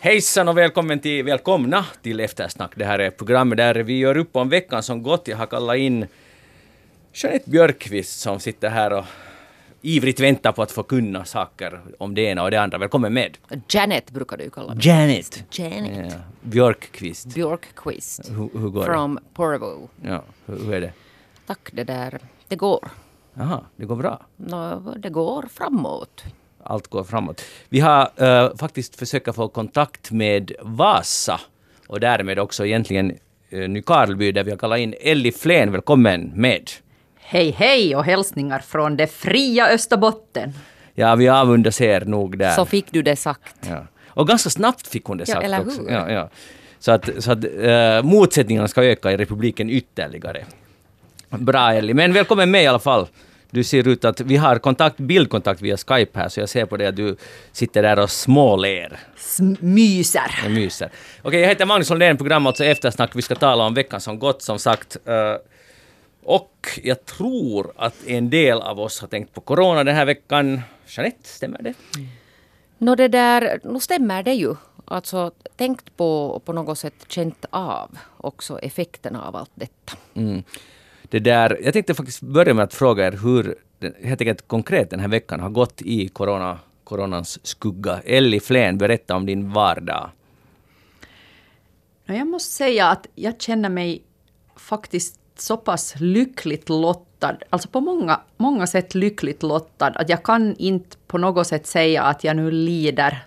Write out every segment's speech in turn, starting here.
Hejsan och välkomna till Eftersnack. Det här är programmet där vi gör upp om veckan som gått. Jag har kallat in Jeanette Björkqvist som sitter här och ivrigt väntar på att få kunna saker om det ena och det andra. Välkommen med. Janet brukar du kalla mig. Janet. Janet. Ja. Björkqvist. Björkqvist. Hur går From Porvoo. Ja, hur är det? Tack, det går. Jaha, det går bra. Det går framåt. Allt går framåt. Vi har faktiskt försökt få kontakt med Vasa och därmed också egentligen Nykarleby där vi har kallat in Elli Flen. Välkommen med. Hej hej och hälsningar från det fria Österbotten. Ja, vi avundas er nog där. Så fick du det sagt. Ja. Och ganska snabbt fick hon det sagt eller också. hur? Ja. Så att motsättningarna ska öka i republiken ytterligare. Bra Elli, men välkommen med i alla fall. Du ser ut att vi har bildkontakt via Skype här, så jag ser på dig att du sitter där och småler. Myser. Okej, jag heter Magnus Lundén, program alltså Eftersnack. Vi ska tala om veckan som gått, som sagt. Och jag tror att en del av oss har tänkt på corona den här veckan. Jeanette, stämmer det? Nu stämmer det ju. Alltså tänkt på något sätt känt av också effekterna av allt detta. Mm. Jag tänkte faktiskt börja med att fråga er hur helt enkelt konkret den här veckan har gått i coronans skugga. Elli Flen, berätta om din vardag. Jag måste säga att jag känner mig faktiskt så pass lyckligt lottad, alltså på många sätt lyckligt lottad, att jag kan inte på något sätt säga att jag nu lider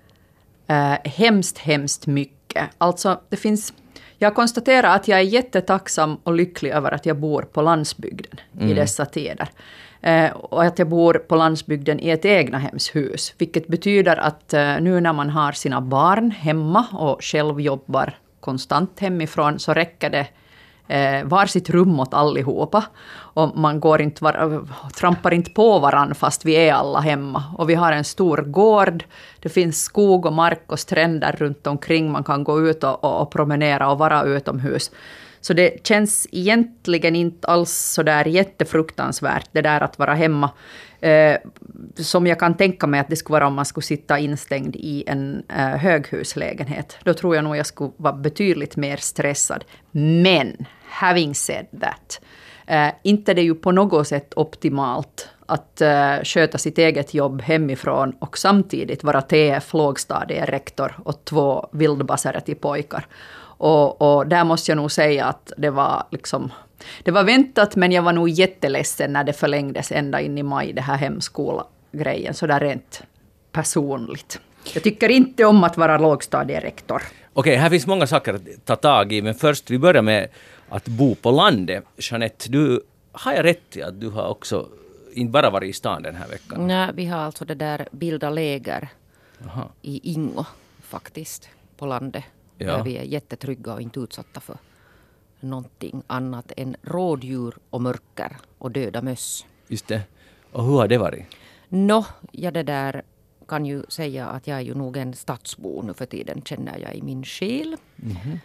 hemskt mycket. Alltså jag konstaterar att jag är jättetacksam och lycklig över att jag bor på landsbygden i dessa tider. Och att jag bor på landsbygden i ett egnahemshus. Vilket betyder att nu när man har sina barn hemma och själv jobbar konstant hemifrån så räcker det var sitt rum åt allihopa. Och man trampar inte på varann fast vi är alla hemma. Och vi har en stor gård. Det finns skog och mark och stränder runt omkring. Man kan gå ut och promenera och vara utomhus. Så det känns egentligen inte alls så där jättefruktansvärt det där att vara hemma. Som jag kan tänka mig att det skulle vara om man skulle sitta instängd i en höghuslägenhet. Då tror jag nog jag skulle vara betydligt mer stressad. Men, having said that, inte det är ju på något sätt optimalt att sköta sitt eget jobb hemifrån och samtidigt vara TF lågstadierektor och 2 vildbasare till pojkar. Och där måste jag nog säga att det var väntat, men jag var nog jätteledsen när det förlängdes ända in i maj, det här hemskola-grejen, så där rent personligt. Jag tycker inte om att vara lågstadierektor. Okej, här finns många saker att ta tag i, men först vi börjar med att bo på landet. Jeanette, har jag rätt i att du har också inte bara varit i stan den här veckan? Nej, vi har alltså det där bilda läger i Ingo faktiskt, på landet. Ja. Där vi är jättetrygga och inte utsatta för någonting annat än rådjur och mörker och döda möss. Just det. Och hur har det varit? Det där kan ju säga att jag är ju nog en stadsbo nu för tiden, känner jag i min själ. Mm-hmm.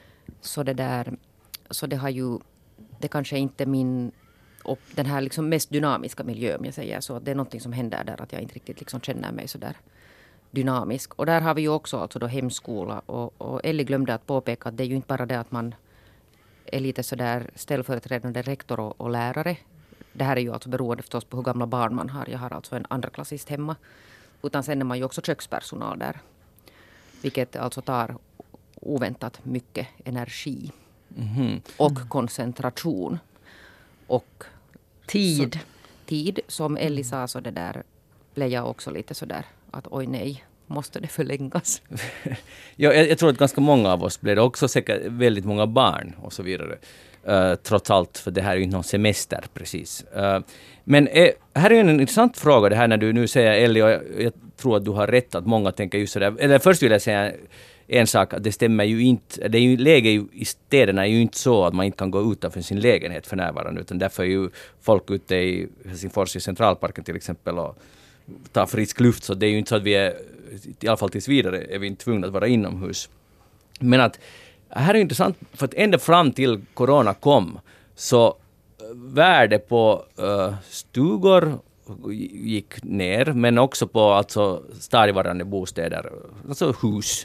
Så det kanske inte den här liksom mest dynamiska miljön, om jag säger så. Det är någonting som händer där att jag inte riktigt liksom känner mig så där dynamisk. Och där har vi ju också alltså då hemskola. Och Elli glömde att påpeka att det är ju inte bara det att man är lite så där ställföreträdande rektor och lärare. Det här är ju alltså beroende förstås på hur gamla barn man har. Jag har alltså en andraklassist hemma. Utan sen är man ju också kökspersonal där. Vilket alltså tar oväntat mycket energi. Mm-hmm. Och koncentration. Och tid. Tid, som Elli sa, så det där blev jag också lite så där att oj nej, måste det förlängas? Ja, jag tror att ganska många av oss blev det också, säkert väldigt många barn och så vidare. Trots allt, för det här är ju inte någon semester precis. Men här är en intressant fråga det här när du nu säger, Elli, och jag tror att du har rätt att många tänker just sådär. Eller först vill jag säga en sak, att det stämmer ju inte. Det är ju, läget i städerna är ju inte så att man inte kan gå utanför sin lägenhet för närvarande, utan därför är ju folk ute i Helsingfors i Centralparken till exempel och tar frisk luft, så det är ju inte så att vi är, i alla fall tills vidare, är vi inte tvungna att vara inomhus. Men att här är intressant, för att ända fram till corona kom så värde på stugor gick ner, men också på alltså stadigvarande bostäder, alltså hus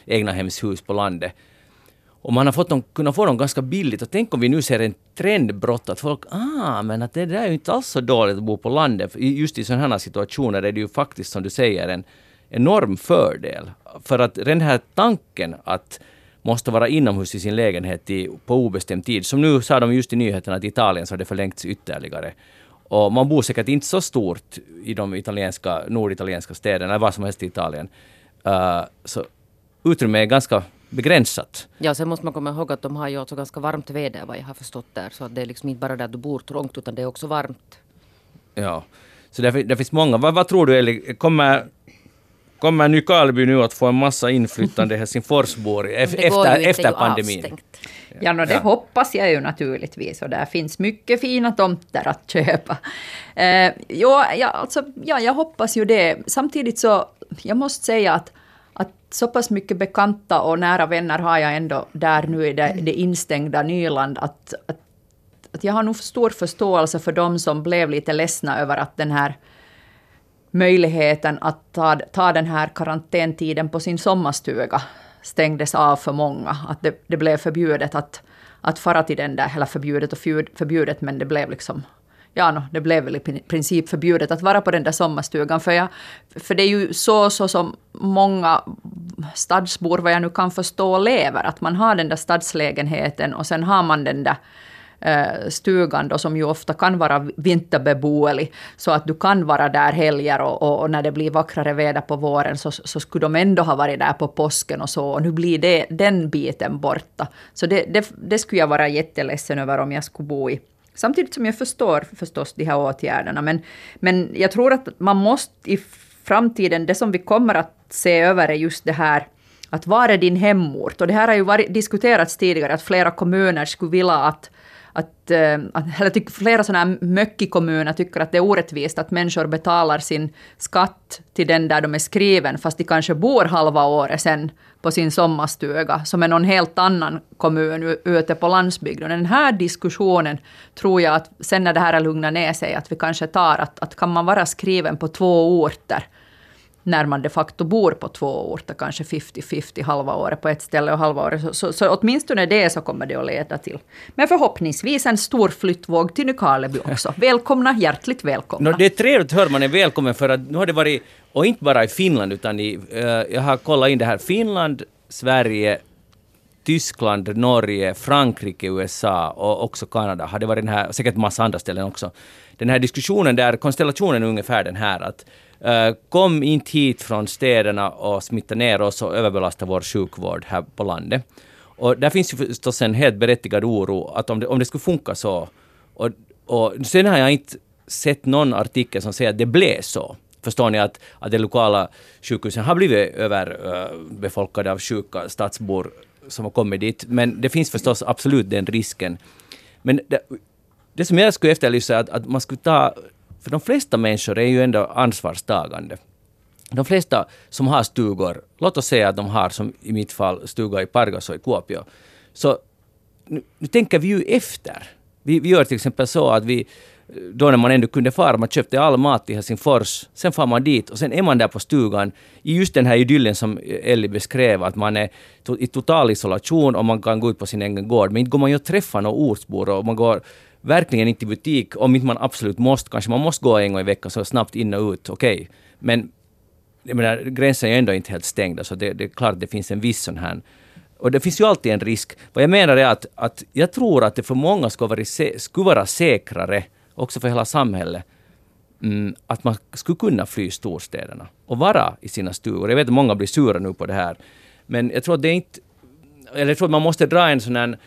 egna hemshus på landet. Och man har kunnat få dem ganska billigt. Och tänk om vi nu ser en trendbrott att folk, men att det där är ju inte alls så dåligt att bo på landet. Just i sådana här situationer är det ju faktiskt, som du säger, en enorm fördel. För att den här tanken att måste vara inomhus i sin lägenhet på obestämd tid. Som nu sa de just i nyheterna att i Italien så har det förlängts ytterligare. Och man bor säkert inte så stort i de norditalienska städerna, eller vad som helst i Italien. Så utrymmet är ganska begränsat. Ja, sen måste man komma ihåg att de har ju också ganska varmt väder, vad jag har förstått där. Så det är liksom inte bara där du bor trångt, utan det är också varmt. Ja, så det finns många. Vad tror du, Eli? Kommer Nykarleby nu att få en massa inflyttande Helsingforsbor efter pandemin? Avstängt. Ja, det hoppas jag ju naturligtvis. Och där finns mycket fina tomter att köpa. Jag hoppas ju det. Samtidigt så, jag måste säga att så pass mycket bekanta och nära vänner har jag ändå där nu i det instängda Nyland. Att jag har nog stor förståelse för dem som blev lite ledsna över att den här möjligheten att ta den här karantäntiden på sin sommarstuga stängdes av för många. Att det blev förbjudet att fara till den där, eller förbjudet, men det blev liksom, det blev väl i princip förbjudet att vara på den där sommarstugan. För det är ju så som många stadsbor, vad jag nu kan förstå, lever. Att man har den där stadslägenheten och sen har man den där stugan då, som ju ofta kan vara vinterbeboelig, så att du kan vara där helger och när det blir vackrare väder på våren så skulle de ändå ha varit där på påsken och så, och nu blir den biten borta. Så det skulle jag vara jätteledsen över om jag skulle bo i. Samtidigt som jag förstår förstås de här åtgärderna, men jag tror att man måste i framtiden, det som vi kommer att se över är just det här att var är din hemort? Och det här har ju diskuterats tidigare, att flera kommuner skulle vilja eller flera sådana här möckikommuner tycker att det är orättvist att människor betalar sin skatt till den där de är skriven, fast de kanske bor halva året sen på sin sommarstuga, som är någon helt annan kommun ute på landsbygden. Den här diskussionen tror jag att sen när det här är lugnat ner sig, att vi kanske tar att kan man vara skriven på 2 orter, när man de facto bor på 2 orter, kanske 50-50, halva året på ett ställe och halva året. Så åtminstone det så kommer det att leda till. Men förhoppningsvis en stor flyttvåg till Nykarleby också. Välkomna, hjärtligt välkomna. Det är trevligt att höra man är välkommen, för att nu har det varit, och inte bara i Finland, utan jag har kollat in det här, Finland, Sverige, Tyskland, Norge, Frankrike, USA och också Kanada. Har det varit den här, säkert massa andra ställen också. Den här diskussionen där, konstellationen är ungefär den här att kom inte hit från städerna och smitta ner oss och överbelasta vår sjukvård här på landet. Och där finns ju förstås en helt berättigad oro att om det skulle funka så. Och sen har jag inte sett någon artikel som säger att det blev så. Förstår ni att de lokala sjukhusen har blivit överbefolkade av sjuka stadsbor som har kommit dit. Men det finns förstås absolut den risken. Men det som jag skulle efterlysa är att man skulle ta... För de flesta människor är ju ändå ansvarstagande. De flesta som har stugor, låt oss säga att de har, som i mitt fall, stuga i Pargas och i Kuopio. Så nu tänker vi ju efter. Vi gör till exempel så att då när man ändå kunde fara, man köpte all mat i Helsingfors, sen far man dit och sen är man där på stugan i just den här idyllen som Elli beskrev, att man är i total isolation och man kan gå ut på sin egen gård. Men inte går man ju att träffa några ortsbor och man går verkligen inte i butik, om inte man absolut måste. Kanske man måste gå en gång i veckan så snabbt in och ut, okej. Men jag menar, gränsen är ju ändå inte helt stängd, så det är klart att det finns en viss sån här. Och det finns ju alltid en risk. Vad jag menar är att jag tror att det för många skulle vara säkrare, också för hela samhället, att man skulle kunna fly storstäderna och vara i sina stugor. Jag vet att många blir sura nu på det här. Men jag tror att det är inte... Eller jag tror att man måste dra en sån här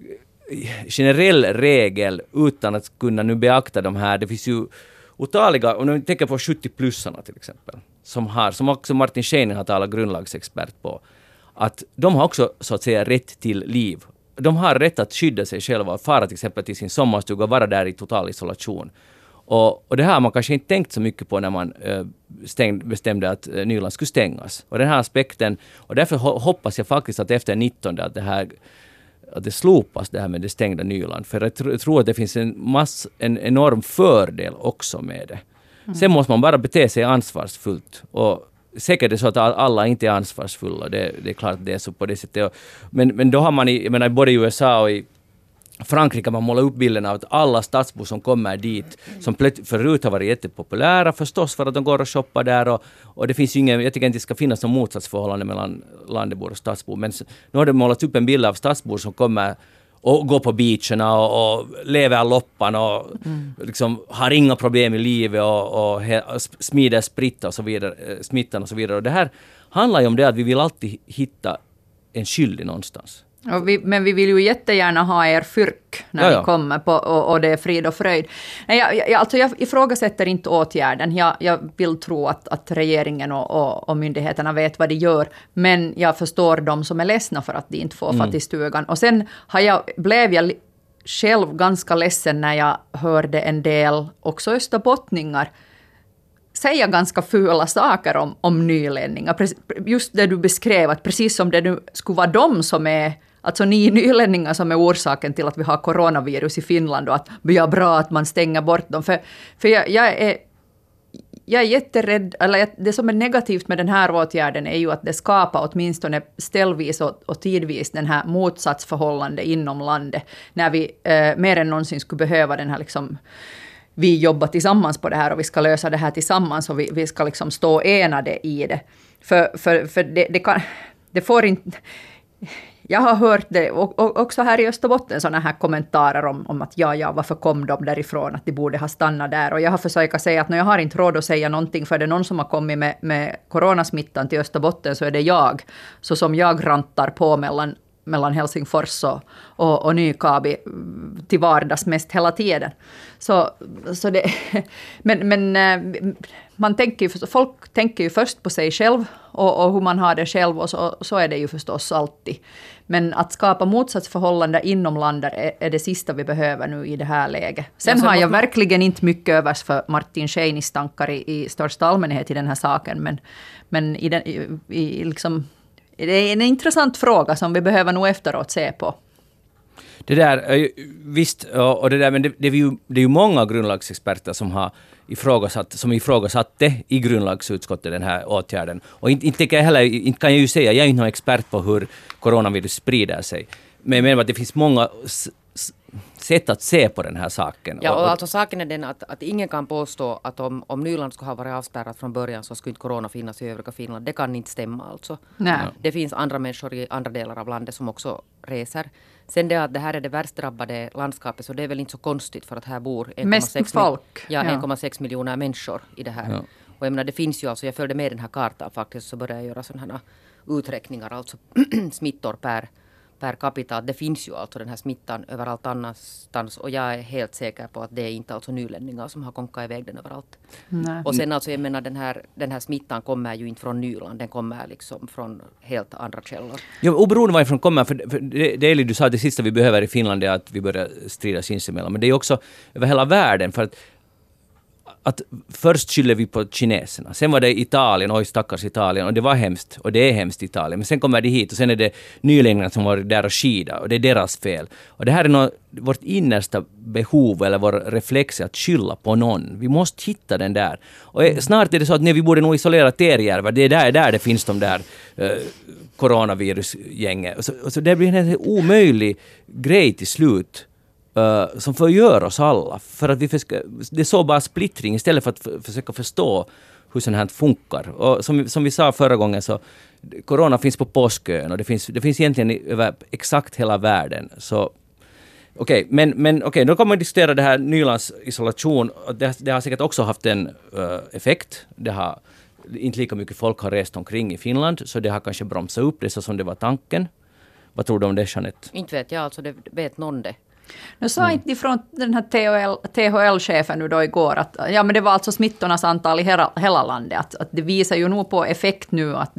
generell regel utan att kunna nu beakta de här. Det finns ju otaliga, om du tänker på 70-plussarna till exempel, som också Martin Scheinin har talat grundlagsexpert på, att de har också så att säga rätt till liv. De har rätt att skydda sig själva och fara till exempel till sin sommarstuga och vara där i total isolation. Och det här har man kanske inte tänkt så mycket på när man bestämde att Nyland skulle stängas. Och den här aspekten, och därför hoppas jag faktiskt att efter 19 att det slopas det här med det stängda Nyland. För jag tror att det finns en enorm fördel också med det. Sen måste man bara bete sig ansvarsfullt. Och säkert är det så att alla inte är ansvarsfulla. Det är klart att det är så på det sättet. Men då har man, jag menar, både i USA och i Frankrike man målar upp bilden av att alla stadsbor som kommer dit, som förut har varit jättepopulära förstås för att de går och shoppar där och det finns ju ingen, jag tycker inte det ska finnas någon motsatsförhållande mellan landebor och stadsbor, men nu har det målat upp en bild av stadsbor som kommer och går på beacherna och lever loppan och liksom har inga problem i livet och smider smittan och så vidare. Och det här handlar ju om det att vi vill alltid hitta en skyldig någonstans. Men vi vill ju jättegärna ha er fyrk när vi kommer på, och det är frid och fröjd. Nej, jag ifrågasätter inte åtgärden. Jag vill tro att regeringen och myndigheterna vet vad de gör. Men jag förstår de som är ledsna för att de inte får fatt i stugan. Och sen blev jag själv ganska ledsen när jag hörde en del, också österbottningar, säga ganska fula saker om nylänningar. Just det du beskrev, att precis som det nu skulle vara de som är, alltså ni nylänningar som är orsaken till att vi har coronavirus i Finland och att det är bra att man stänger bort dem. För jag är jätterädd, eller det som är negativt med den här åtgärden är ju att det skapar åtminstone ställvis och tidvis den här motsatsförhållande inom landet, när vi mer än någonsin skulle behöva den här liksom, vi jobbar tillsammans på det här och vi ska lösa det här tillsammans och vi ska liksom stå enade i det. För det får inte... Jag har hört det också här i Österbotten, sådana här kommentarer om att varför kom de därifrån, att de borde ha stannat där. Och jag har försökt säga att jag har inte råd att säga någonting, för det är någon som har kommit med coronasmittan till Österbotten så är det jag. Så som jag rantar på mellan Helsingfors och Nykabi till vardags mest hela tiden. Så det, men folk tänker ju först på sig själv och hur man har det själv, och så är det ju förstås alltid. Men att skapa motsatsförhållanden inom landet är det sista vi behöver nu i det här läget. Sen har jag verkligen inte mycket övers för Martin Scheinis tankar i största allmänhet i den här saken, men liksom, det är en intressant fråga som vi behöver nog efteråt se på. Det där, visst, och det där, men det är ju många grundlagsexperter som har ifrågasatte i grundlagsutskottet den här åtgärden. Och inte kan jag ju säga, jag är inte någon expert på hur coronavirus sprider sig. Men jag menar att det finns många sätt att se på den här saken. Ja, och alltså saken är den att ingen kan påstå att om Nyland skulle ha varit avspärrat från början så skulle inte corona finnas i övriga Finland. Det kan inte stämma alltså. Nej. Det finns andra människor i andra delar av landet som också reser. Sen det att det här är det värst drabbade landskapet, så det är väl inte så konstigt för att här bor 1,6 miljoner människor i det här. Ja. Och jag menar, det finns ju alltså, jag följde med den här kartan faktiskt, så började jag göra sådana här uträkningar, alltså smittor per capita. Det finns ju alltså den här smittan överallt annanstans, och jag är helt säker på att det är inte alltså nylänningar som har konkat iväg den överallt. Nej. Och sen alltså, jag menar, den här smittan kommer ju inte från Nyland, den kommer liksom från helt andra källor. Ja, oberoende varifrån kommer, för det är du sa, det sista vi behöver i Finland är att vi börjar strida sinsemellan, men det är också över hela världen, för att först skyller vi på kineserna. Sen var det Italien, oj stackars Italien, och det var hemskt, och det är hemskt i Italien. Men sen kommer det hit och sen är det nylänningarna som var där och skida, och det är deras fel. Och det här är vårt innersta behov eller vår reflex att skylla på någon. Vi måste hitta den där. Och snart är det så att vi borde nog isolera Terjärva. Det är där det finns de där coronavirusgänget. Så det blir en omöjlig grej till slut. Som förgör oss alla. För att det är så bara splittring istället för att försöka förstå hur sånt här funkar. Och som vi sa förra gången, så corona finns på Påskön och det finns egentligen över exakt hela världen. Så okej, men då kommer vi diskutera det här Nylands isolation. Det har säkert också haft en effekt. Det har inte lika mycket folk har rest omkring i Finland, så det har kanske bromsat upp det så som det var tanken. Vad tror du om det, Jeanette? Inte vet jag, alltså det vet någon det. Nu sa inte ifrån den här THL-chefen nu då igår att men det var alltså smittornas antal i hela landet. Att det visar ju nog på effekt nu att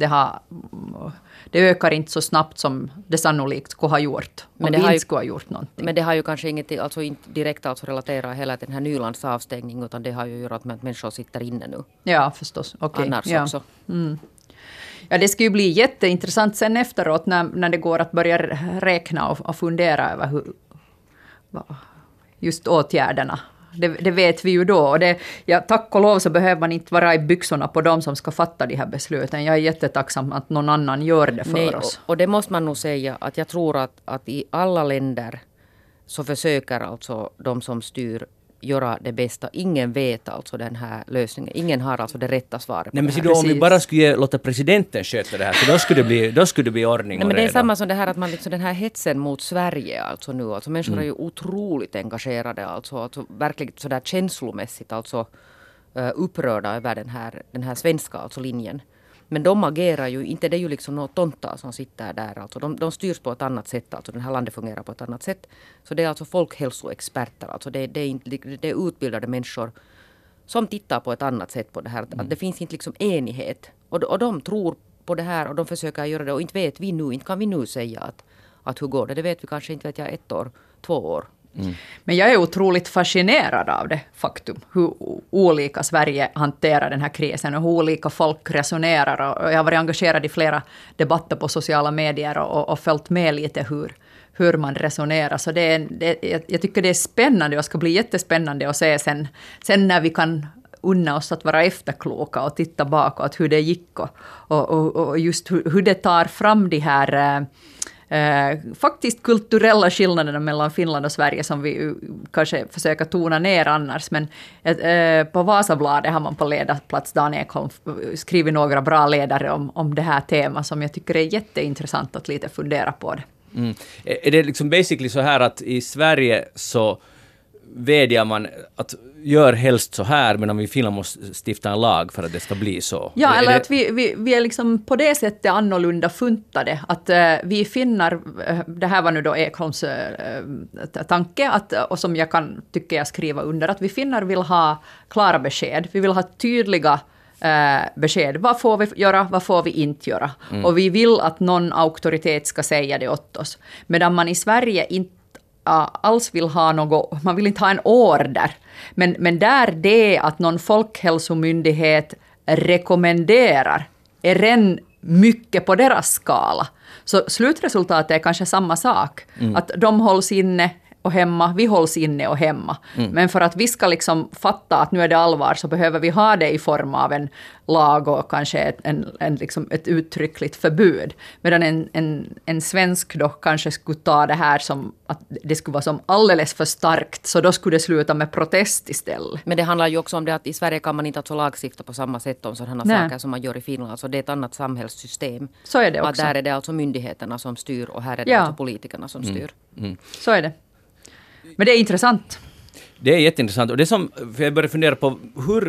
det ökar inte så snabbt som det sannolikt skulle ha gjort. Men det inte skulle ha gjort någonting. Men det har ju kanske inte direkt relaterat hela den här Nylands avstängning, utan det har ju gjort med att människor sitter inne nu. Ja, förstås. Okay. Annars också. Mm. Ja, det ska ju bli jätteintressant sen efteråt när det går att börja räkna och fundera över hur just åtgärderna Det vet vi ju då. Och tack och lov så behöver man inte vara i byxorna på dem som ska fatta de här besluten. Jag är jättetacksam att någon annan gör det för oss. Och det måste man nog säga att jag tror att i alla länder så försöker alltså de som styr göra det bästa. Ingen vet alltså den här lösningen. Ingen har alltså det rätta svaret. Nej, men så då, om vi bara skulle låta presidenten sköta det här, så då skulle det bli ordning. Nej, men det är samma som det här att man liksom den här hetsen mot Sverige alltså nu. Alltså människor är ju otroligt engagerade. Alltså verkligen sådär känslomässigt alltså upprörda över den här svenska alltså linjen. Men de agerar ju inte, det är ju liksom några tontar som sitter där. Alltså de styrs på ett annat sätt, alltså den här landet fungerar på ett annat sätt. Så det är alltså folkhälsoexperter, alltså det är utbildade människor som tittar på ett annat sätt på det här. Att det finns inte liksom enighet. Och de tror på det här och de försöker göra det. Och inte vet vi nu, inte kan vi nu säga att hur går det. Det vet vi kanske inte, 1 år, 2 år. Men jag är otroligt fascinerad av det faktum hur olika Sverige hanterar den här krisen och hur olika folk resonerar. Och jag har varit engagerad i flera debatter på sociala medier och följt med lite hur man resonerar. Så jag tycker det är spännande och ska bli jättespännande att se sen när vi kan unna oss att vara efterkloka och titta bakåt hur det gick och just hur det tar fram de här faktiskt kulturella skillnaderna mellan Finland och Sverige som vi kanske försöker tona ner annars. Men på Vasabladet har man på ledarplats Dan Ekholm skrivit några bra ledare om det här temat som jag tycker är jätteintressant att lite fundera på det. Är det liksom basically så här att i Sverige så vädjar man att gör helst så här, men om vi i Finland måste stifta en lag för att det ska bli så? Ja, eller att vi är liksom på det sättet annorlunda funtade. Att vi finnar, det här var nu då Ekholms tanke, och som jag tycker jag skriva under, att vi finnar vill ha klara besked. Vi vill ha tydliga besked. Vad får vi göra, vad får vi inte göra? Och vi vill att någon auktoritet ska säga det åt oss. Medan man i Sverige inte alls vill ha något, man vill inte ha en order. Men där det att någon folkhälsomyndighet rekommenderar är redan mycket på deras skala. Så slutresultatet är kanske samma sak. Att de hålls inne och hemma, vi hålls inne och hemma. Men för att vi ska liksom fatta att nu är det allvar så behöver vi ha det i form av en lag och kanske liksom ett uttryckligt förbud. Medan en svensk då kanske skulle ta det här som att det skulle vara som alldeles för starkt, så då skulle det sluta med protest istället. Men det handlar ju också om det att i Sverige kan man inte alltså lagstifta på samma sätt om sådana saker som man gör i Finland. Alltså det är ett annat samhällssystem. Så är det också. Att där är det alltså myndigheterna som styr och här är det alltså politikerna som styr. Så är det. Men det är intressant. Det är jätteintressant. Och det som, för jag börjar fundera på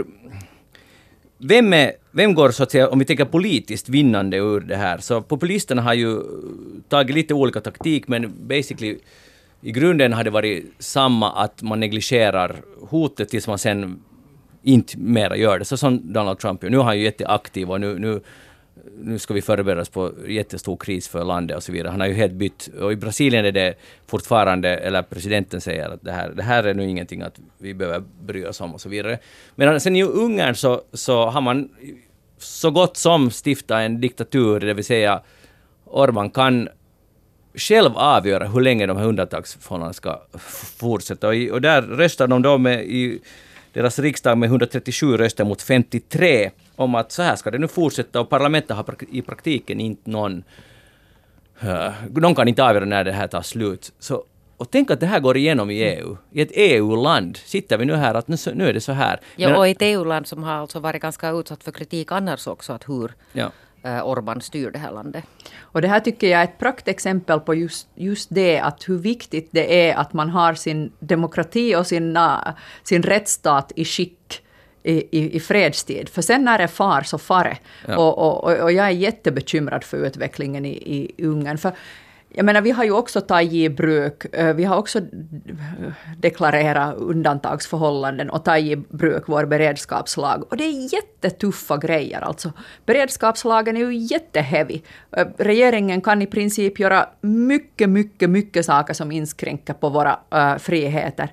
vem går så att säga, om vi tänker politiskt vinnande ur det här? Så populisterna har ju tagit lite olika taktik, men basically i grunden har det varit samma, att man negligerar hotet tills man sen inte mer gör det. Så som Donald Trump gör. Nu är han ju jätteaktiv och nu ska vi förbereda oss på jättestor kris för landet och så vidare. Han har ju helt bytt. Och i Brasilien är det fortfarande, eller presidenten säger att det här är nu ingenting att vi behöver bry oss om och så vidare. Men sen i Ungern så har man så gott som stiftat en diktatur, det vill säga Orbán kan själv avgöra hur länge de här undantagsförhållandena ska fortsätta. Och där röstar de då i deras riksdag med 137 röster mot 53 om att så här ska det nu fortsätta, och parlamentet har i praktiken inte någon kan inte avgöra när det här tar slut. Så, och tänk att det här går igenom i EU. I ett EU-land sitter vi nu här att nu är det så här. Ja, och ett EU-land som har alltså varit ganska utsatt för kritik annars också, att hur Orbán styr det här landet. Och det här tycker jag är ett praktexempel på just det, att hur viktigt det är att man har sin demokrati och sin rättsstat i skick i fredstid. För sen när det far så far. Ja. Och jag är jättebekymrad för utvecklingen i Ungern. För jag menar, vi har ju också tagit i bruk, vi har också deklarerat undantagsförhållanden och tagit i bruk vår beredskapslag. Och det är jättetuffa grejer alltså. Beredskapslagen är ju jätteheavy. Regeringen kan i princip göra mycket saker som inskränker på våra friheter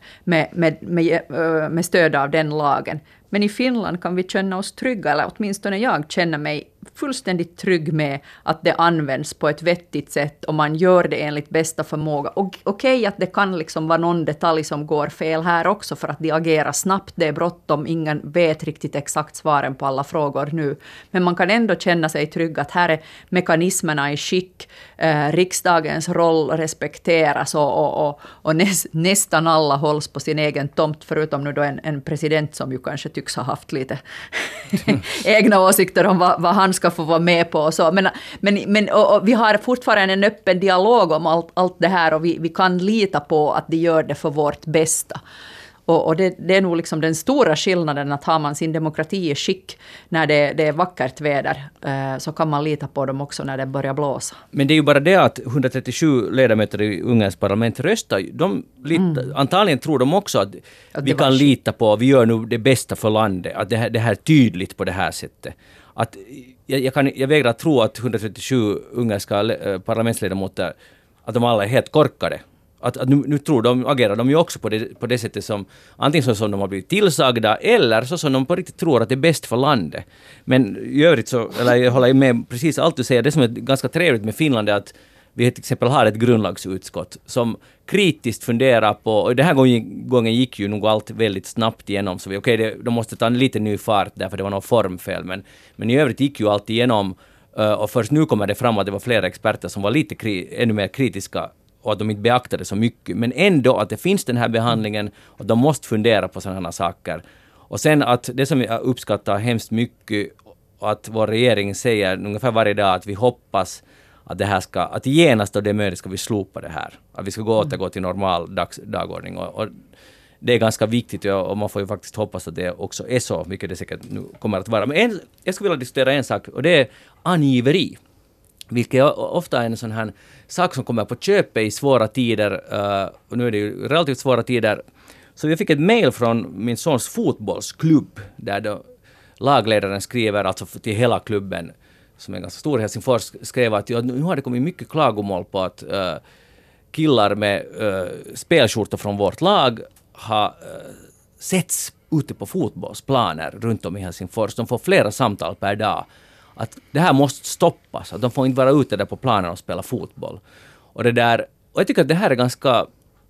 med stöd av den lagen. Men i Finland kan vi känna oss trygga, eller åtminstone jag känner mig fullständigt trygg med att det används på ett vettigt sätt och man gör det enligt bästa förmåga. Och okej att det kan liksom vara någon detalj som går fel här också för att de agerar snabbt, det är bråttom, ingen vet riktigt exakt svaren på alla frågor nu. Men man kan ändå känna sig trygg att här är mekanismerna i skick, riksdagens roll respekteras och nästan alla hålls på sin egen tomt, förutom nu då en president som ju kanske tycks ha haft lite egna åsikter om vad han ska få vara med på och så. Men och vi har fortfarande en öppen dialog om allt det här och vi kan lita på att de gör det för vårt bästa. Och det är nog liksom den stora skillnaden, att har man sin demokrati i skick när det är vackert väder, så kan man lita på dem också när det börjar blåsa. Men det är ju bara det att 137 ledamöter i Ungerns parlament röstar. Antagligen tror de också att vi kan lita på, vi gör nu det bästa för landet, att det här är tydligt på det här sättet. Att jag vägrar tro att 137 ungerska parlamentsledamöter, att de alla är helt korkade. Att nu agerar de ju också på det sättet som antingen som de har blivit tillsagda eller så som de på riktigt tror att det är bäst för landet. Men i övrigt jag håller med precis allt du säger. Det som är ganska trevligt med Finland är att vi till exempel har ett grundlagsutskott som kritiskt funderar på, och den här gången gick ju nog allt väldigt snabbt igenom, så de måste ta en liten ny fart därför det var någon formfel, men i övrigt gick ju allt igenom, och först nu kommer det fram att det var flera experter som var lite ännu mer kritiska och att de inte beaktade så mycket, men ändå att det finns den här behandlingen och de måste fundera på sådana saker. Och sen att det som jag uppskattar hemskt mycket, att vår regering säger ungefär varje dag att vi hoppas att det här att genast då det är möjligt ska vi slopa det här. Att vi ska återgå till normal dagordning. Och det är ganska viktigt, och man får ju faktiskt hoppas att det också är så, vilket det säkert nu kommer att vara. Men jag skulle vilja diskutera en sak, och det är angiveri. Vilket ofta är en sån här sak som kommer på köpet i svåra tider, och nu är det ju relativt svåra tider. Så vi fick ett mejl från min sons fotbollsklubb, där då lagledaren skriver, alltså till hela klubben, som är ganska stor i Helsingfors, skrev att nu har det kommit mycket klagomål på att killar med spelskjortor från vårt lag har setts ute på fotbollsplaner runt om i Helsingfors. De får flera samtal per dag. Att det här måste stoppas. Att de får inte vara ute där på planen och spela fotboll. Och jag tycker att det här är ganska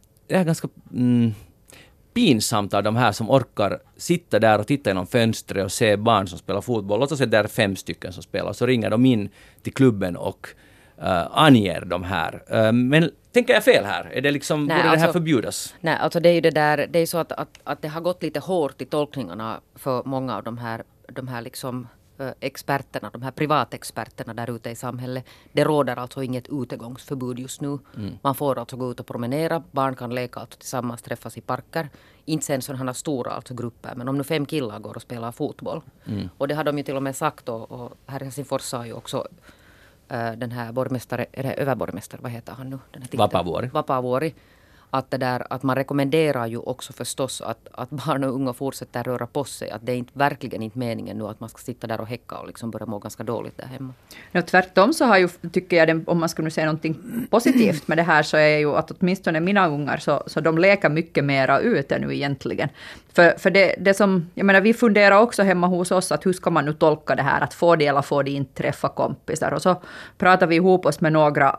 pinsamt av de här som orkar sitta där och titta genom fönstret och se barn som spelar fotboll. Låt oss säga där är 5 stycken som spelar. Så ringer de in till klubben och anger de här. Men tänker jag fel här? Är det liksom, borde det här förbjudas? Nej, alltså det är ju det där, det är så att det har gått lite hårt i tolkningarna för många av de här liksom experterna, de här privatexperterna där ute i samhället. Det råder alltså inget utegångsförbud just nu. Man får alltså gå ut och promenera. Barn kan leka alltså tillsammans, träffas i parker. Inte sen sådana stora alltså grupper. Men om nu 5 killar går och spelar fotboll. Och det har de ju till och med sagt. Och här i Helsingfors sa ju också den här borgmästare, eller överborgmästare, vad heter han nu? Vapaavuori. Att man rekommenderar ju också förstås att barn och unga fortsätter röra på sig. Att det är verkligen inte meningen nu att man ska sitta där och häcka och liksom börja må ganska dåligt där hemma. Ja, tvärtom så har ju, tycker jag, om man skulle säga någonting positivt med det här, så är ju att åtminstone mina ungar så de leker mycket mera ute nu egentligen. För det som, jag menar, vi funderar också hemma hos oss att hur ska man nu tolka det här, att få det eller få det inte träffa kompisar. Och så pratar vi ihop oss med några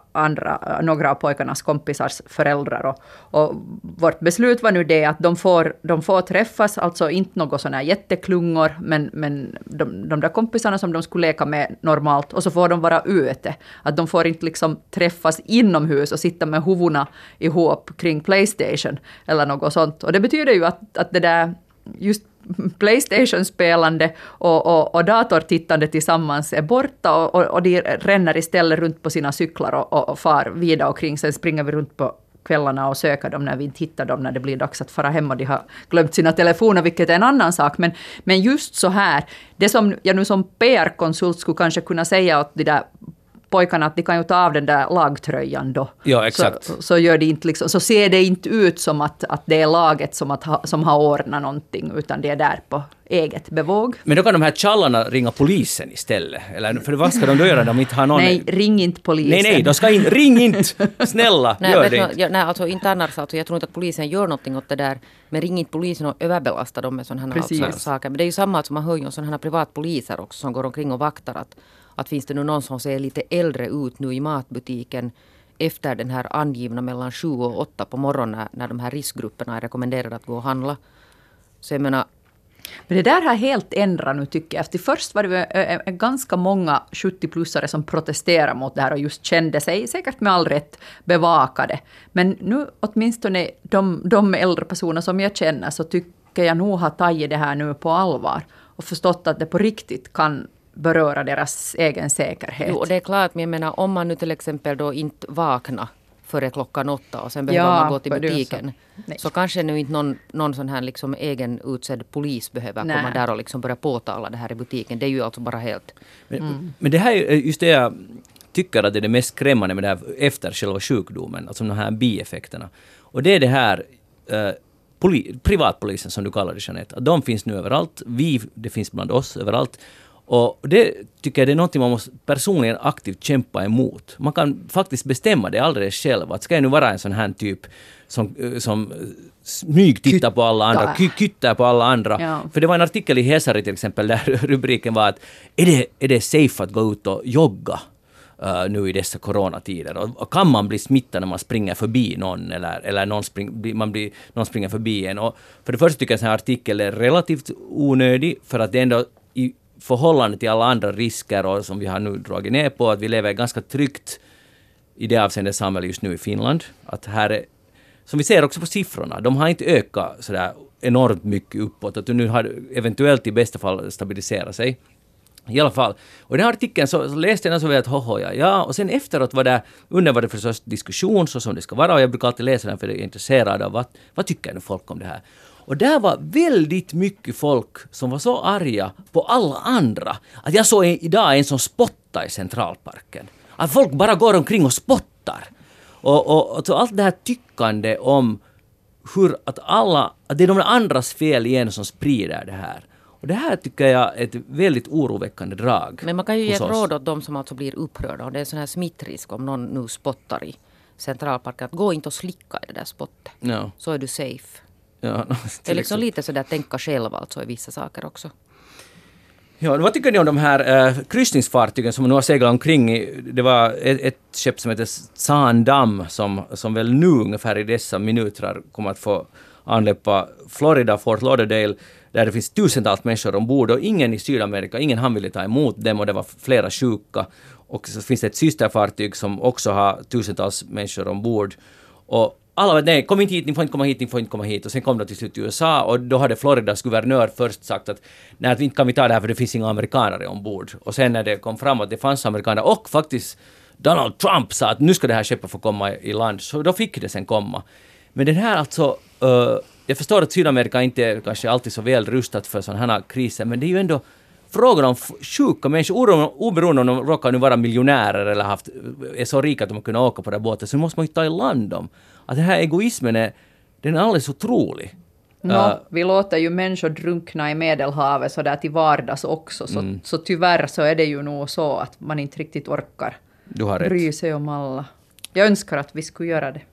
av pojkarnas kompisars föräldrar, och vårt beslut var nu det att de får träffas, alltså inte något sådana jätteklungor, men de där kompisarna som de skulle leka med normalt, och så får de vara ute. Att de får inte liksom träffas inomhus och sitta med huvudena ihop kring PlayStation eller något sånt. Och det betyder ju att det där just PlayStation-spelande och datortittande tillsammans är borta, och de ränner istället runt på sina cyklar och far vidare omkring. Sen springer vi runt på kvällarna och söker dem när vi inte hittar dem, när det blir dags att fara hem och de har glömt sina telefoner, vilket är en annan sak. Men just så här, det som jag nu som PR-konsult skulle kanske kunna säga åt de där pojkarna, att de kan ju ta av den där lagtröjan då. Ja, exakt. Så gör det inte liksom, så ser det inte ut som att det är laget som har ordnat någonting, utan det är där på eget bevåg. Men då kan de här tjallarna ringa polisen istället. Eller, för vad ska de då göra när de inte har någon... Nej, ring inte polisen. Nej, de ska ring inte! Snälla, gör det inte. Nej, alltså inte annars. Alltså, jag tror inte att polisen gör någonting åt det där. Men ring inte polisen och överbelasta dem med sådana här saker. Men det är ju samma som man hör ju sådana här privatpoliser också som går omkring och vaktar att finns det nu någon som ser lite äldre ut nu i matbutiken efter den här angivna mellan 7 och 8 på morgonen när de här riskgrupperna är rekommenderade att gå och handla. Så jag menar... Men det där har helt ändrat nu tycker jag. Efter först var det ganska många 70-plussare som protesterade mot det här och just kände sig säkert med all rätt bevakade. Men nu åtminstone de äldre personer som jag känner så tycker jag nog har tagit det här nu på allvar och förstått att det på riktigt kan beröra deras egen säkerhet. Jo, och det är klart, men jag menar om man nu till exempel då inte vaknar före klockan 8 och sen behöver man gå till butiken. Så kanske nu inte någon sån här liksom egen utsedd polis behöver komma där och liksom börja påtala det här i butiken. Det är ju alltså bara helt... Men det här är just det jag tycker att det är det mest skrämmande med det här efter själva sjukdomen, alltså de här bieffekterna. Och det är det här privatpolisen som du kallar det, Jeanette. De finns nu överallt. Det finns bland oss överallt. Och det tycker jag det är något man måste personligen aktivt kämpa emot. Man kan faktiskt bestämma det alldeles själv. Att ska jag nu vara en sån här typ som smygtittar på alla andra, kyttar på alla andra. Ja. För det var en artikel i Hesari till exempel där rubriken var att är det safe att gå ut och jogga nu i dessa coronatider? Och kan man bli smittad när man springer förbi någon eller någon springer förbi en? Och för det första tycker jag att den här artikeln är relativt onödig för att det ändå i förhållande till alla andra risker och som vi har nu dragit ner på, att vi lever ganska tryggt i det avseende samhälle just nu i Finland. Att här är, som vi ser också på siffrorna, de har inte ökat sådär enormt mycket uppåt. Att nu har eventuellt i bästa fall stabiliserat sig. I alla fall. Och i den här artikeln så läste jag den så väl att ja. Och sen efteråt var det förstås diskussion så som det ska vara. Och jag brukar alltid läsa den för jag är intresserad av vad tycker nu folk om det här. Och där var väldigt mycket folk som var så arga på alla andra. Att jag såg idag en som spottade i Centralparken. Att folk bara går omkring och spottar. Och så allt det här tyckande om hur att det är de andras fel igen som sprider det här. Och det här tycker jag är ett väldigt oroväckande drag. Men man kan ju ge ett råd åt de som alltså blir upprörda. Och det är en sån här smittrisk om någon nu spottar i Centralparken. Att gå inte och slicka i det där spottet. No. Så är du safe. Ja, det är liksom lite sådär tänka själv alltså i vissa saker också. Ja, vad tycker ni om de här kryssningsfartygen som nu har seglat omkring? Det var ett skepp som heter Zaandam som väl nu ungefär i dessa minuter kommer att få anlöpa Florida, Fort Lauderdale, där det finns tusentals människor ombord och ingen i Sydamerika, ingen han ville ta emot dem och det var flera sjuka. Och så finns det ett systerfartyg som också har tusentals människor ombord. Och alla var nej, kom inte hit, ni får inte komma hit. Och sen kom det till slut till USA och då hade Floridas guvernör först sagt att nej, inte kan vi ta det här för det finns inga amerikanare ombord. Och sen när det kom fram att det fanns amerikaner och faktiskt Donald Trump sa att nu ska det här skeppet få komma i land, så då fick det sen komma. Men den här alltså, jag förstår att Sydamerika inte är kanske alltid så väl rustat för sådana här kriser, men det är ju ändå frågan om sjuka människor, oberoende om de råkar nu vara miljonärer eller är så rika att de kan åka på den båten, så måste man ju ta i land dem. Att den här egoismen den är alldeles otrolig. Vi låter ju människor drunkna i Medelhavet så där till vardags också. Så tyvärr så är det ju nog så att man inte riktigt orkar bry sig om alla. Jag önskar att vi skulle göra det.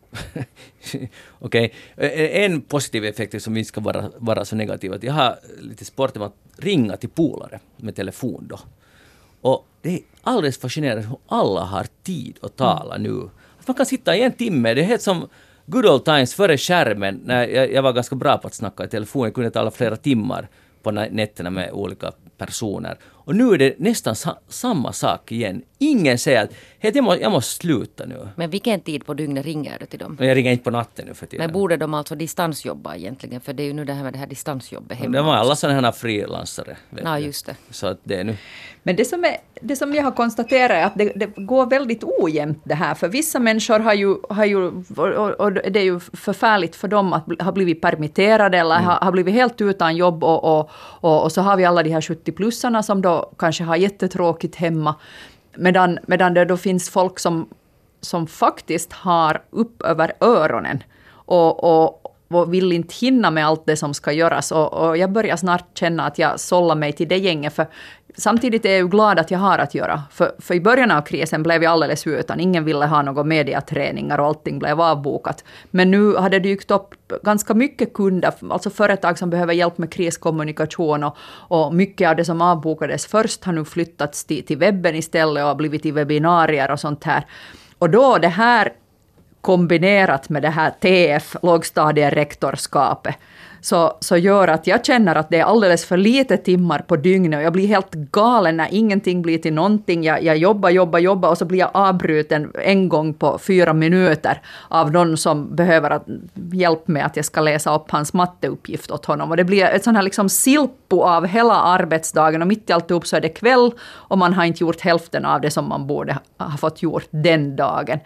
Okej. En positiv effekt som vi ska vara så negativ att jag har lite sport om att ringa till polare med telefon då. Och det är alldeles fascinerande hur alla har tid att tala nu. Att man kan sitta i en timme, det är helt som good old times före skärmen när jag var ganska bra på att snacka i telefon. Jag kunde tala flera timmar på nätterna med olika personer. Och nu är det nästan samma sak igen. Ingen säger att jag måste sluta nu. Men vilken tid på dygnet ringer du till dem? Jag ringer inte på natten nu för tiden. Men borde de alltså distansjobba egentligen? För det är ju nu det här med det här distansjobbet hemma. Det var alla sådana här frilansare. Ja, just det. Så att det är nu. Men det som jag har konstaterat är att det går väldigt ojämnt det här. För vissa människor har ju och det är ju förfärligt för dem att ha blivit permitterade eller har blivit helt utan jobb och så har vi alla de här 70-plussarna som då kanske har jättetråkigt hemma. Medan det då finns folk som faktiskt har upp över öronen. Och och vill inte hinna med allt det som ska göras. Och jag börjar snart känna att jag sållar mig till det gänget. För samtidigt är jag ju glad att jag har att göra. För i början av krisen blev jag alldeles utan. Ingen ville ha några mediaträningar och allting blev avbokat. Men nu har det dykt upp ganska mycket kunder, alltså företag som behöver hjälp med kriskommunikation. Och mycket av det som avbokades först har nu flyttats till webben istället och blivit i webbinarier och sånt här. Och då det här kombinerat med det här TF, lågstadierektorskapet, så gör att jag känner att det är alldeles för lite timmar på dygnet och jag blir helt galen när ingenting blir till någonting. Jag jobbar och så blir jag avbruten en gång på 4 minuter av någon som behöver hjälp med att jag ska läsa upp hans matteuppgift åt honom. Och det blir ett sån här liksom silpo av hela arbetsdagen och mitt i alltihop så är det kväll och man har inte gjort hälften av det som man borde ha fått gjort den dagen.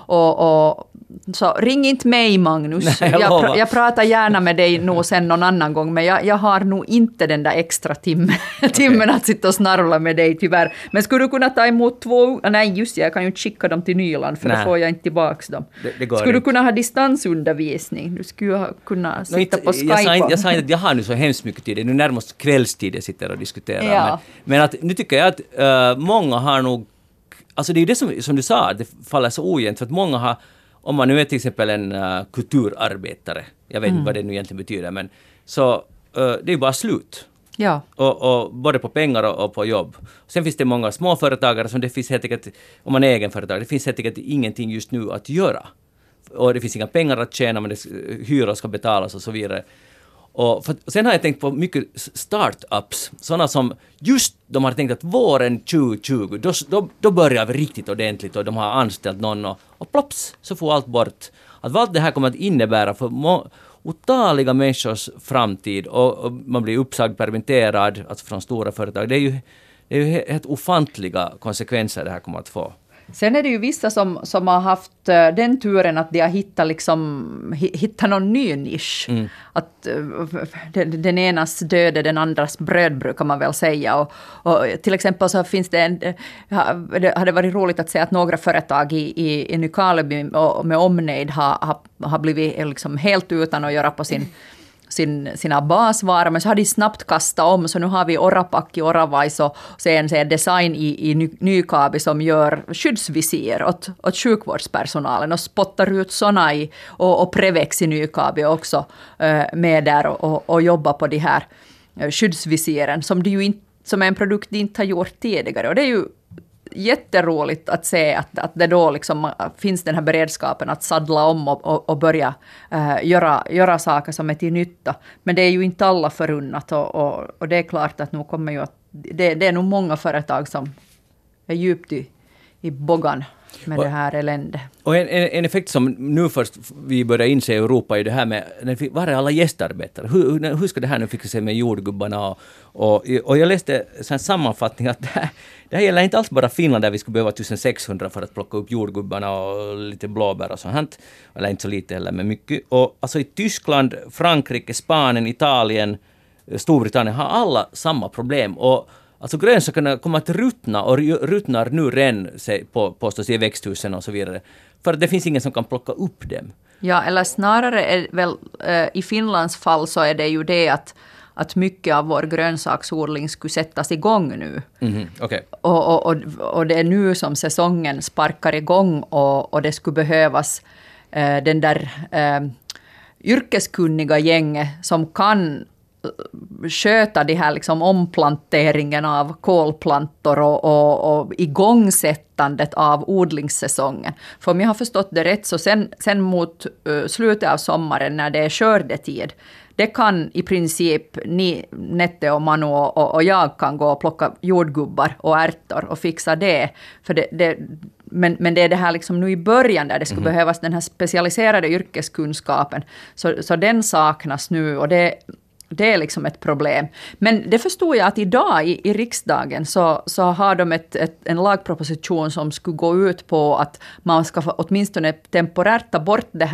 Och så ring inte mig, Magnus. Nej, jag pratar gärna med dig nog sen någon annan gång, men jag har nog inte den där extra timmen att sitta och snarvla med dig tyvärr. Men skulle du kunna ta emot 2... Nej, just det, jag kan ju inte skicka dem till Nyland för då får jag inte tillbaka dem. Skulle du kunna ha distansundervisning? Du skulle kunna sitta på Skype. Jag sa inte att jag har nu så hemskt mycket tid. Det är nu närmast kvällstid jag sitter och diskuterar. Ja. Men att, nu tycker jag att många har nog... Alltså det är ju det som du sa, att det faller så ojämnt. För att många har... Om man nu är till exempel en kulturarbetare, jag vet inte vad det nu egentligen betyder, men så det är ju bara slut. Ja. Och både på pengar och på jobb. Sen finns det många småföretagare som det finns helt enkelt, om man är egenföretagare, det finns helt enkelt ingenting just nu att göra. Och det finns inga pengar att tjäna, men hyror ska betalas och så vidare. Och sen har jag tänkt på mycket startups, sådana som just de har tänkt att våren 2020, då börjar vi riktigt ordentligt och de har anställt någon och plops så får allt bort. Att vad allt det här kommer att innebära för otaliga människors framtid och man blir uppsagd, permitterad, alltså från stora företag. Det är ju helt ofantliga konsekvenser det här kommer att få. Sen är det ju vissa som har haft den turen att de har hittat någon ny nisch. Mm. Att den enas död är den andras bröd, brukar man väl säga. Och till exempel så finns det det hade varit roligt att se att några företag i Nykarleby och med omnejd har blivit liksom helt utan att göra på sina basvaror, men så har de snabbt kastat om, så nu har vi Orapack i Oravais och sen design i Nykabi som gör skyddsvisir åt sjukvårdspersonalen och spottar ut såna och Prevex i Nykabi också med där och jobbar på de här skyddsvisiren som är en produkt de inte har gjort tidigare, och det är ju jätteroligt att se att det då liksom finns den här beredskapen att sadla om och börja göra saker som är till nytta. Men det är ju inte alla förunnat och det är klart att nu kommer ju att det är nog många företag som är djupt i boggan med det här elände. Och en effekt som nu först vi börjar inse i Europa är det här med var är alla gästarbetare? Hur ska det här nu fixa sig med jordgubbarna? Och jag läste en sammanfattning att det här gäller inte alls bara Finland där vi skulle behöva 1600 för att plocka upp jordgubbarna och lite blåbär och sånt. Eller inte så lite heller, men mycket. Och alltså i Tyskland, Frankrike, Spanien, Italien, Storbritannien har alla samma problem. Och alltså grönsakerna kommer att ruttna och ruttnar nu redan påstås i växthusen och så vidare. För det finns ingen som kan plocka upp dem. Ja, eller snarare är väl i Finlands fall så är det ju det att mycket av vår grönsaksodling skulle sättas igång nu. Mm-hmm, okay. Och det är nu som säsongen sparkar igång och det skulle behövas den där yrkeskunniga gänget som kan sköta det här liksom omplanteringen av kolplantor och igångsättandet av odlingssäsongen. För om jag har förstått det rätt så sen mot slutet av sommaren när det är skördetid, det kan i princip ni, Nette och Manu och jag kan gå och plocka jordgubbar och ärtor och fixa det. För men det är det här liksom nu i början där det skulle behövas den här specialiserade yrkeskunskapen. Så den saknas nu och det är liksom ett problem. Men det förstod jag att idag i riksdagen så har de en lagproposition som skulle gå ut på att man ska åtminstone temporärt ta bort det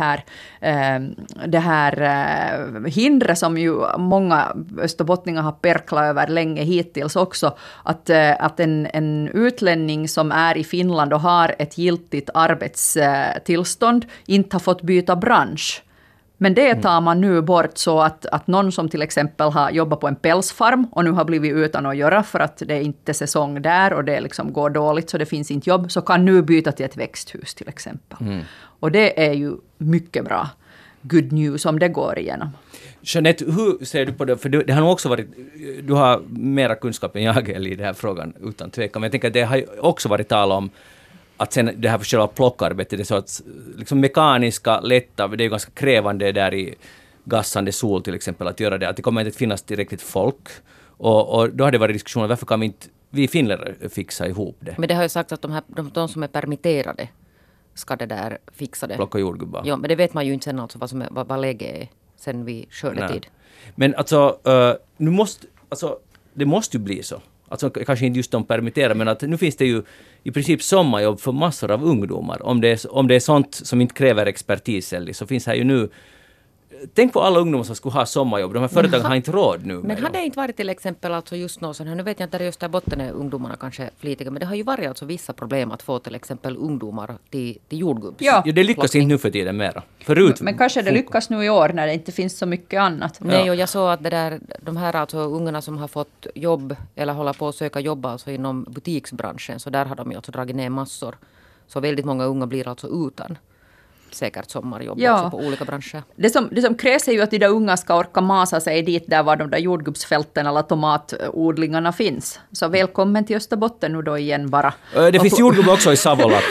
här hindret som ju många österbottningar har perklat över länge hittills också. Att en utlänning som är i Finland och har ett giltigt arbetstillstånd inte har fått byta bransch. Men det tar man nu bort så att någon som till exempel har jobbat på en pälsfarm och nu har blivit utan att göra för att det är inte säsong där och det liksom går dåligt så det finns inte jobb, så kan nu byta till ett växthus till exempel. Och det är ju mycket bra good news om det går igenom. Jeanette, hur ser du på det? För det har nog också varit, du har mera kunskap än jag i den här frågan utan tvekan, men jag tänker att det har också varit tal om att sen det här för själva plockarbetet, det är så att liksom mekaniska, lätta, det är ju ganska krävande där i gassande sol till exempel att göra det, att det kommer inte att finnas tillräckligt folk. Och då har det varit diskussioner, varför kan vi inte, vi finländare fixa ihop det? Men det har ju sagt att de som är permitterade ska det där fixa det. Plocka jordgubbar. Ja, men det vet man ju inte sen alltså vad läget är sen vid skördetid. Men alltså, det måste ju bli så. Alltså kanske inte just de permitterar, men att nu finns det ju i princip sommarjobb för massor av ungdomar. Om det är sånt som inte kräver expertis, så finns här ju nu. Tänk på alla ungdomar som skulle ha sommarjobb. De här företagen har inte råd nu. Men har det inte varit till exempel alltså just något sånt här, nu vet jag inte där i Österbotten är ungdomarna kanske flitiga, men det har ju varit alltså vissa problem att få till exempel ungdomar till jordgubbs. Ja, det lyckas inte nu för tiden mera. Förut, men kanske det lyckas nu i år när det inte finns så mycket annat. Nej, och jag såg att de här alltså ungarna som har fått jobb eller håller på att söka jobb alltså inom butiksbranschen, så där har de ju alltså dragit ner massor. Så väldigt många unga blir alltså utan säkert sommarjobb också på olika branscher. Det som krävs är ju att de där unga ska orka masa sig dit där var de där jordgubbsfälten eller tomatodlingarna finns. Så välkommen till Österbotten nu då igen bara. Det finns jordgubbar också i Savolax.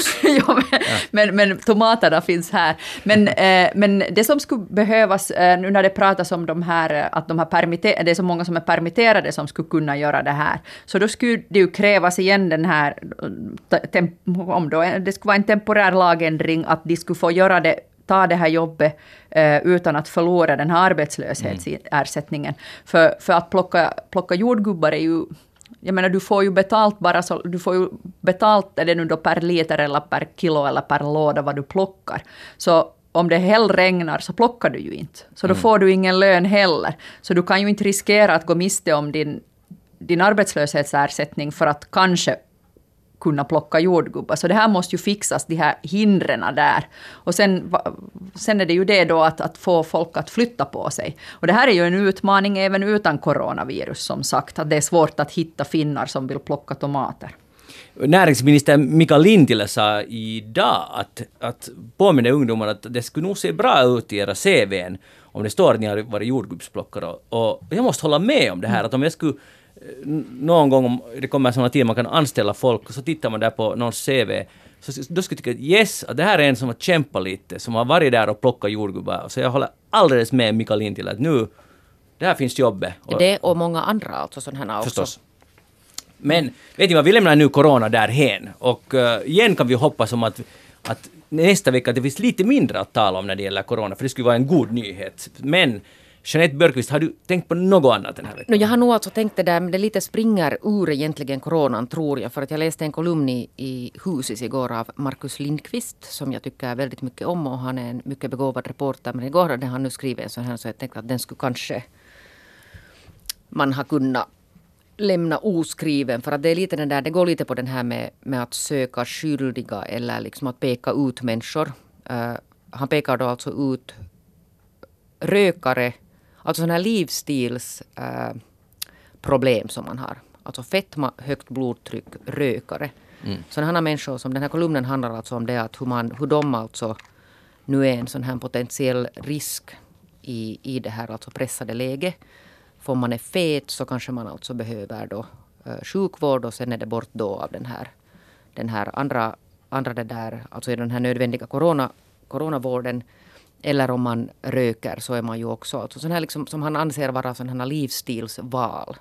men tomaterna finns här. Men det som skulle behövas nu när det pratas om de här, att de här det är så många som är permitterade som skulle kunna göra det här. Så då skulle det ju krävas igen den här, om då det skulle vara en temporär lagändring att de skulle få ta det här jobbet utan att förlora den här arbetslöshetsersättningen. För att plocka jordgubbar är ju, jag menar du får ju betalt bara så, du får ju betalt är det nu då per liter eller per kilo eller per låda vad du plockar. Så om det hällregnar så plockar du ju inte. Så då får du ingen lön heller. Så du kan ju inte riskera att gå miste om din arbetslöshetsersättning för att kanske kunna plocka jordgubbar. Så det här måste ju fixas, de här hindren där. Och sen är det ju det då att få folk att flytta på sig. Och det här är ju en utmaning även utan coronavirus som sagt. Att det är svårt att hitta finnar som vill plocka tomater. Näringsminister Mika Lintilä sa idag att påminner ungdomarna att det skulle nog se bra ut i era CV:n om det står att ni har varit jordgubbsplockare. Och jag måste hålla med om det här, att om jag skulle någon gång om det kommer sådana tid man kan anställa folk och så tittar man där på någons CV, så då skulle jag tycka att yes, att det här är en som har kämpat lite, som har varit där och plockat jordgubbar. Så jag håller alldeles med Mika Lintilä att nu, det här finns jobbet. Det och många andra alltså sådana här också. Förstås. Men vet ni vad, vi lämnar nu corona därhen och igen kan vi hoppas om att nästa vecka det finns lite mindre att tala om när det gäller corona, för det skulle vara en god nyhet. Men Jeanette Björkqvist, har du tänkt på något annat den här veckan? Jag har nog alltså tänkt det där, men det lite springer ur egentligen coronan tror jag. För att jag läste en kolumn i Husis igår av Markus Lindqvist som jag tycker väldigt mycket om, och han är en mycket begåvad reporter. Men igår hade han nu skrivit en sån här, så jag tänkte att den skulle kanske man ha kunnat lämna oskriven. För att det är lite den där, det går lite på den här med att söka skyldiga eller liksom att peka ut människor. Han pekar då alltså ut rökare, alltså sådana här livsstilsproblem som man har. Alltså fetma, högt blodtryck, rökare. Sådana människor som den här kolumnen handlar alltså om det, att hur de alltså nu är en sån här potentiell risk i det här alltså pressade läget. För om man är fet så kanske man alltså behöver då sjukvård, och sen är det bort då av den här andra det där, alltså den här nödvändiga coronavården. Eller om man röker så är man ju också alltså sån här liksom, som han anser vara sån här livsstilsval.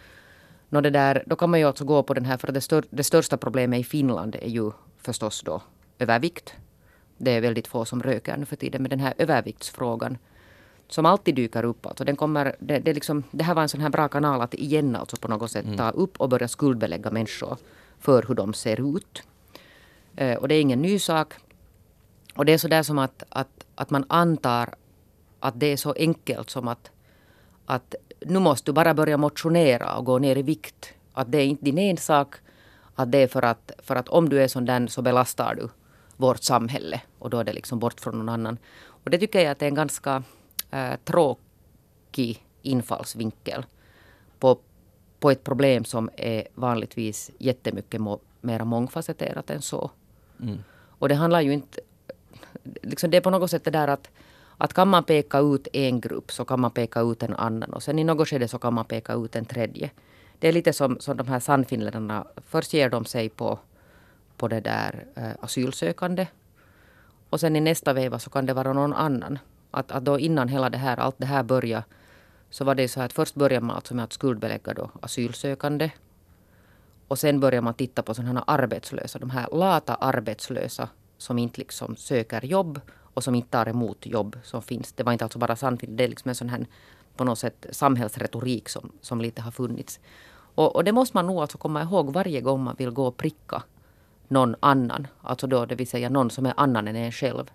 Då kan man ju alltså gå på den här, för det största problemet i Finland är ju förstås då övervikt. Det är väldigt få som röker nu för tiden, med den här överviktsfrågan som alltid dyker upp. Alltså det här var en sån här bra kanal att igen alltså på något sätt ta upp och börja skuldbelägga människor för hur de ser ut. Och det är ingen ny sak. Och det är så där som att man antar att det är så enkelt som att nu måste du bara börja motionera och gå ner i vikt. Att det är inte din ensak. Att det är för att om du är sån där så belastar du vårt samhälle. Och då är det liksom bort från någon annan. Och det tycker jag att det är en ganska tråkig infallsvinkel på ett problem som är vanligtvis jättemycket mer mångfacetterat än så. Och det handlar ju inte... Liksom det är på något sätt det där att kan man peka ut en grupp så kan man peka ut en annan. Och sen i något skede så kan man peka ut en tredje. Det är lite som de här sannfinländarna. Först ger de sig på det där asylsökande. Och sen i nästa veva så kan det vara någon annan. Att då innan allt det här börjar så var det så att först börjar man alltså med att skuldbelägga då asylsökande. Och sen börjar man titta på sådana här arbetslösa. De här lata arbetslösa som inte liksom söker jobb och som inte tar emot jobb som finns. Det var inte alltså bara sannfinland. Det är liksom en sån här på något sätt samhällsretorik som lite har funnits. Och det måste man nog alltså komma ihåg varje gång man vill gå och pricka någon annan. Alltså då det vill säga någon som är annan än en själv.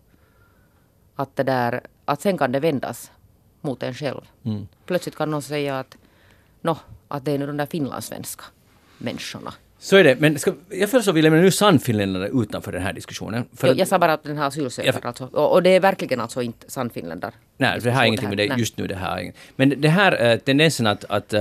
Att sen kan det vändas mot en själv. Plötsligt kan någon säga att det är nu de där finlandssvenska människorna. Så är det, men jag föreslår vi lämnar nu sannfinländare utanför den här diskussionen. Jag sa bara att den här asylsökare alltså. Och det är verkligen alltså inte sannfinländare. Nej, det har ingenting med det just nu. Det här. Men det här tendensen att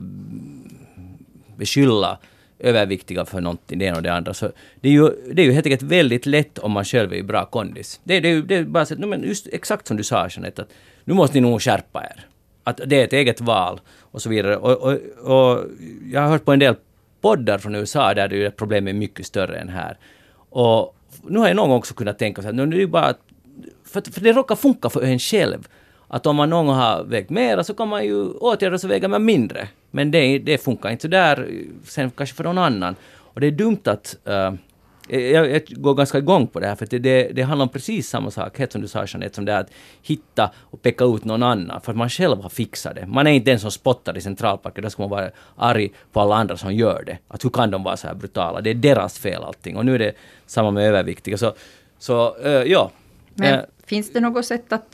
beskylla överviktiga för någonting, det ena och det andra. Så det är ju helt enkelt väldigt lätt om man själv är i bra kondis. Det är bara så att, men just exakt som du sa, Jeanette, att nu måste ni nog skärpa er. Att det är ett eget val och så vidare. Och jag har hört på en del poddar från USA där det är problem är mycket större än här. Och nu har jag någon gång också kunnat tänka så här, nu är det bara för det råkar funka för en själv. Att om man någon gång har vägt mer så kan man ju åtgärda så väger man mindre. Men det funkar inte så där sen kanske för någon annan. Och det är dumt att jag går ganska igång på det här för att det handlar om precis samma sak, helt som du sa, Jeanette, som det är att hitta och peka ut någon annan för att man själv har fixat det. Man är inte den som spottar i Centralparken, då ska man vara arg på alla andra som gör det. Att hur kan de vara så här brutala? Det är deras fel allting. Och nu är det samma med överviktiga. Så ja. Men finns det något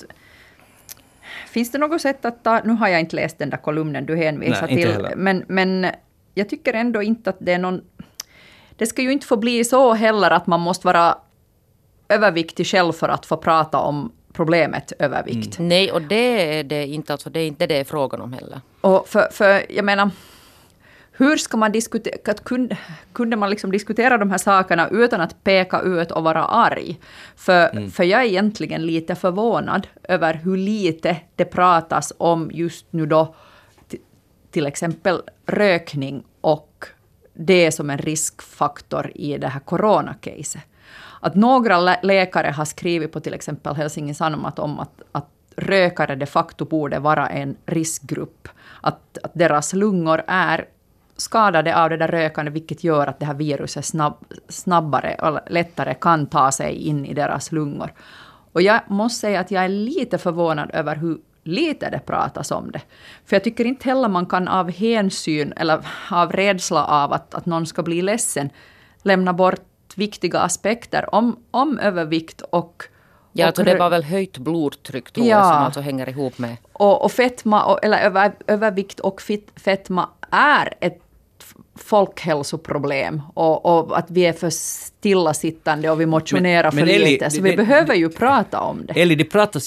sätt att ta, nu har jag inte läst den där kolumnen du hänvisar till, men jag tycker ändå inte att det är någon, det ska ju inte få bli så heller att man måste vara överviktig själv för att få prata om problemet övervikt. Nej, och det är inte, alltså det är inte det frågan om heller. Och för jag menar, hur ska man diskutera, kunde man liksom diskutera de här sakerna utan att peka ut och vara arg? För jag är egentligen lite förvånad över hur lite det pratas om just nu då till exempel rökning och det som en riskfaktor i det här coronacaset. Att några läkare har skrivit på till exempel Helsingin Sanomat om att rökare de facto borde vara en riskgrupp. Att deras lungor är skadade av det där rökande, vilket gör att det här viruset snabbare och lättare kan ta sig in i deras lungor. Och jag måste säga att jag är lite förvånad över hur lite det pratas om det. För jag tycker inte heller man kan av hänsyn eller av rädsla av att någon ska bli ledsen lämna bort viktiga aspekter om övervikt och... Ja, alltså det var väl höjt blodtryck tror jag som alltså hänger ihop med... Och fetma, eller övervikt och fetma är ett folkhälsoproblem och att vi är för stillasittande och vi motionerar för lite. Så vi behöver ju prata om det. Eller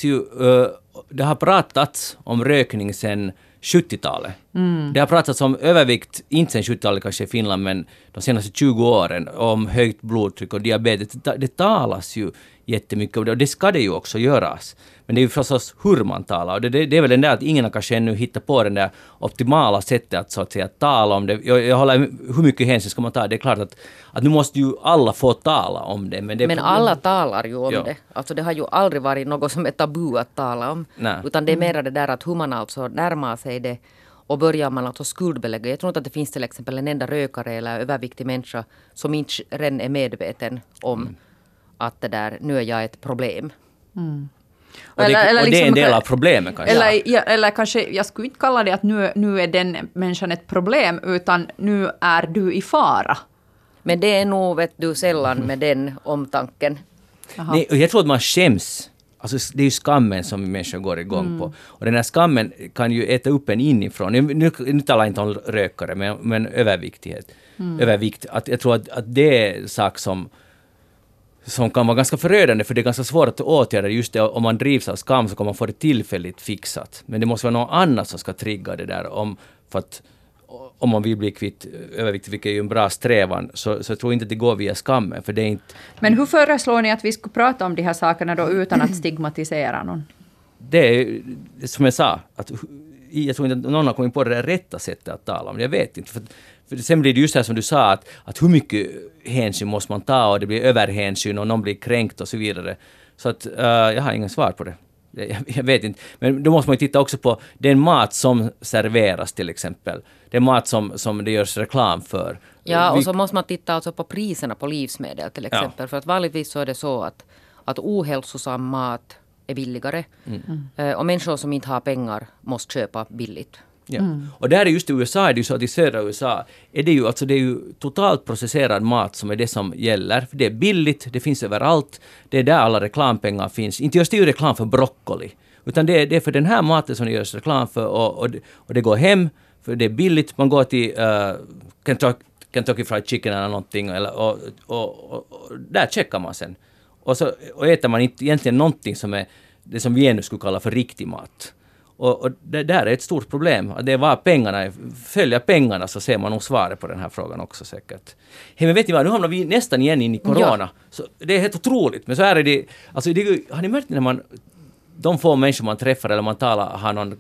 det har pratats om rökning sedan 70-talet. Det har pratats om övervikt, inte sedan 70-talet kanske i Finland, men de senaste 20 åren, om högt blodtryck och diabetes. Det talas ju jättemycket om det, och det ska det ju också göras. Men det är ju förstås hur man talar. Och det är väl den där att ingen har kanske ännu hittat på den där optimala sättet att så att säga tala om det. Jag håller hur mycket hänsyn ska man ta? Det är klart att nu måste ju alla få tala om det. Men alla talar ju om det. Alltså det har ju aldrig varit något som är tabu att tala om. Nej. Utan det är mer det där att hur man alltså närmar sig det och börjar man alltså skuldbelägga. Jag tror inte att det finns till exempel en enda rökare eller överviktig människa som inte redan är medveten om att det där, nu är jag ett problem. Och det är en del av problemet kanske. Eller kanske, jag skulle inte kalla det att nu är den människan ett problem, utan nu är du i fara. Men det är nog, vet du, sällan med den omtanken. Nej, och jag tror att man skäms. Alltså det är ju skammen som människor går igång på. Och den här skammen kan ju äta upp en inifrån. Nu talar jag inte om rökare, men överviktighet. Övervikt. Att jag tror att det är en sak som som kan vara ganska förödande, för det är ganska svårt att åtgärda just det. Om man drivs av skam så kan man få det tillfälligt fixat. Men det måste vara något annat som ska trigga det där. För att om man vill bli kvitt övervikt, vilket är ju en bra strävan, så jag tror inte att det går via skammen. För det är inte... Men hur föreslår ni att vi skulle prata om de här sakerna då utan att stigmatisera någon? Det är som jag sa, att jag tror inte att någon har kommit på det där rätta sättet att tala om. Jag vet inte. För sen blir det just här som du sa, att hur mycket hänsyn måste man ta, och det blir överhänsyn och någon blir kränkt och så vidare. Så att jag har ingen svar på det. Jag vet inte. Men då måste man ju titta också på den mat som serveras till exempel. Den mat som det görs reklam för. Ja, och så måste man titta alltså på priserna på livsmedel till exempel. Ja. För att vanligtvis så är det så att ohälsosam mat är billigare. Och människor som inte har pengar måste köpa billigt. Ja. Och där är just i USA, är det ju så att i södra USA är det är ju totalt processerad mat som är det som gäller. För det är billigt, det finns överallt. Det är där alla reklampengar finns. Inte görs det ju reklam för broccoli, utan det är för den här maten som det görs reklam för, och det går hem, för det är billigt. Man går till Kentucky Fried Chicken eller någonting, och där checkar man sen. Och äter man inte egentligen någonting som är det som vi ännu skulle kalla för riktig mat. Och det där är ett stort problem. Det är var pengarna är. Följa pengarna så ser man nog svaret på den här frågan också säkert. Hey, men vet ni vad, nu hamnar vi nästan igen in i corona. Ja. Så det är helt otroligt. Men så här är det, alltså har ni märkt när de få människor man träffar eller man har någon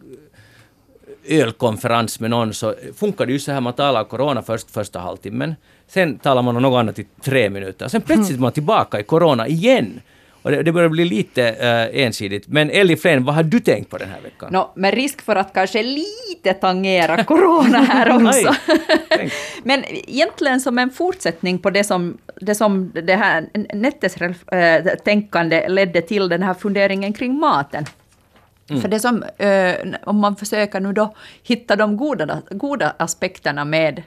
ölkonferens med någon, så funkar det ju så här, man talar om corona första halvtimmen. Sen talar man om något annat i 3 minuter. Sen plötsligt är man tillbaka i corona igen. Och det börjar bli lite ensidigt. Men Elli Flen, vad har du tänkt på den här veckan? Med risk för att kanske lite tangera corona här också. Men egentligen som en fortsättning på det som det här Nettes tänkande ledde till, den här funderingen kring maten. För det som, om man försöker nu då hitta de goda aspekterna med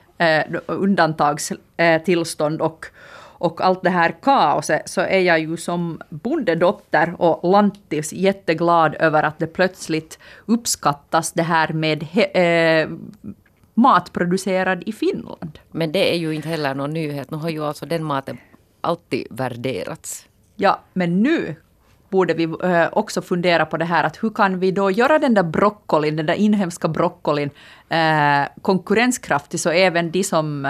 undantagstillstånd och allt det här kaoset, så är jag ju som bondedotter och lantis jätteglad över att det plötsligt uppskattas det här med mat producerad i Finland. Men det är ju inte heller någon nyhet. Nu har ju alltså den maten alltid värderats. Ja, men nu borde vi också fundera på det här, att hur kan vi då göra den där inhemska broccolin konkurrenskraftig, så även de som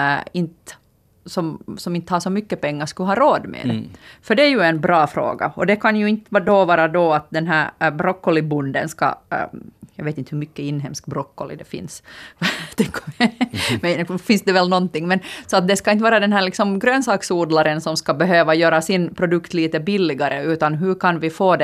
inte har så mycket pengar skulle ha råd med det. För det är ju en bra fråga. Och det kan ju inte vara då att den här broccolibonden ska... jag vet inte hur mycket inhemsk broccoli det finns. Men finns det väl någonting. Men, så att det ska inte vara den här liksom grönsaksodlaren som ska behöva göra sin produkt lite billigare. Utan hur kan vi få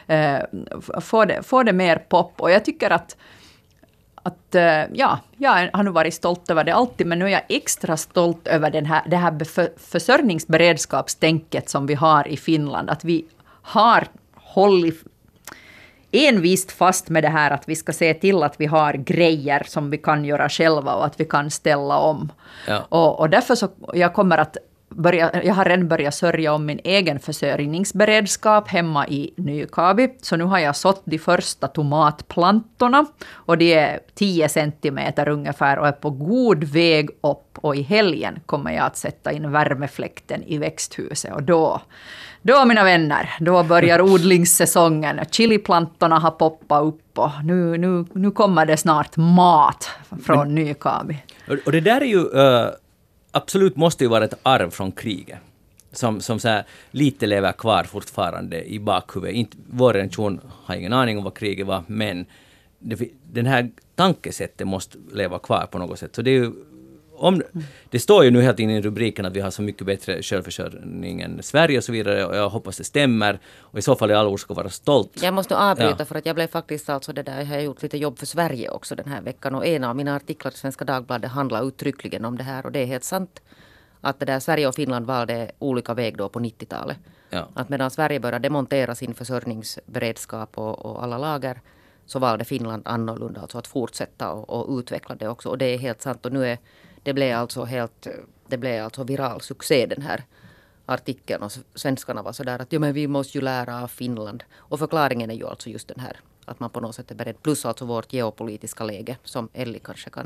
det mer pop. Och jag tycker att jag har nu varit stolt över det alltid, men nu är jag extra stolt över det här försörjningsberedskapstänket som vi har i Finland. Att vi har hållit envist fast med det här att vi ska se till att vi har grejer som vi kan göra själva och att vi kan ställa om. Ja. Och därför så jag har redan börjat sörja om min egen försörjningsberedskap hemma i Nykabi. Så nu har jag sått de första tomatplantorna. Och det är 10 centimeter ungefär och är på god väg upp. Och i helgen kommer jag att sätta in värmefläkten i växthuset. Och då mina vänner, då börjar odlingssäsongen. Chiliplantorna har poppat upp och nu kommer det snart mat från Nykabi. Och det där är ju... absolut måste ju vara ett arv från kriget som så här lite lever kvar fortfarande i bakhuvudet. Vår generation har ingen aning om vad kriget var, men den här tankesättet måste leva kvar på något sätt. Så det är ju, det står ju nu helt in i rubriken att vi har så mycket bättre självförsörjning än Sverige och så vidare, och jag hoppas det stämmer, och i så fall är alla ord ska vara stolt. Jag måste avbryta för att jag blev faktiskt alltså jag har gjort lite jobb för Sverige också den här veckan, och en av mina artiklar i Svenska Dagbladet handlar uttryckligen om det här, och det är helt sant att det där Sverige och Finland valde olika väg då på 90-talet. Ja. Att medan Sverige började demontera sin försörjningsberedskap och alla lager, så valde Finland annorlunda, alltså att fortsätta och utveckla det också, och det är helt sant, och nu det blev alltså viral succé den här artikeln, och svenskarna var så där att men vi måste ju lära av Finland. Och förklaringen är ju alltså just den här att man på något sätt är beredd, plus alltså vårt geopolitiska läge som Elli kanske kan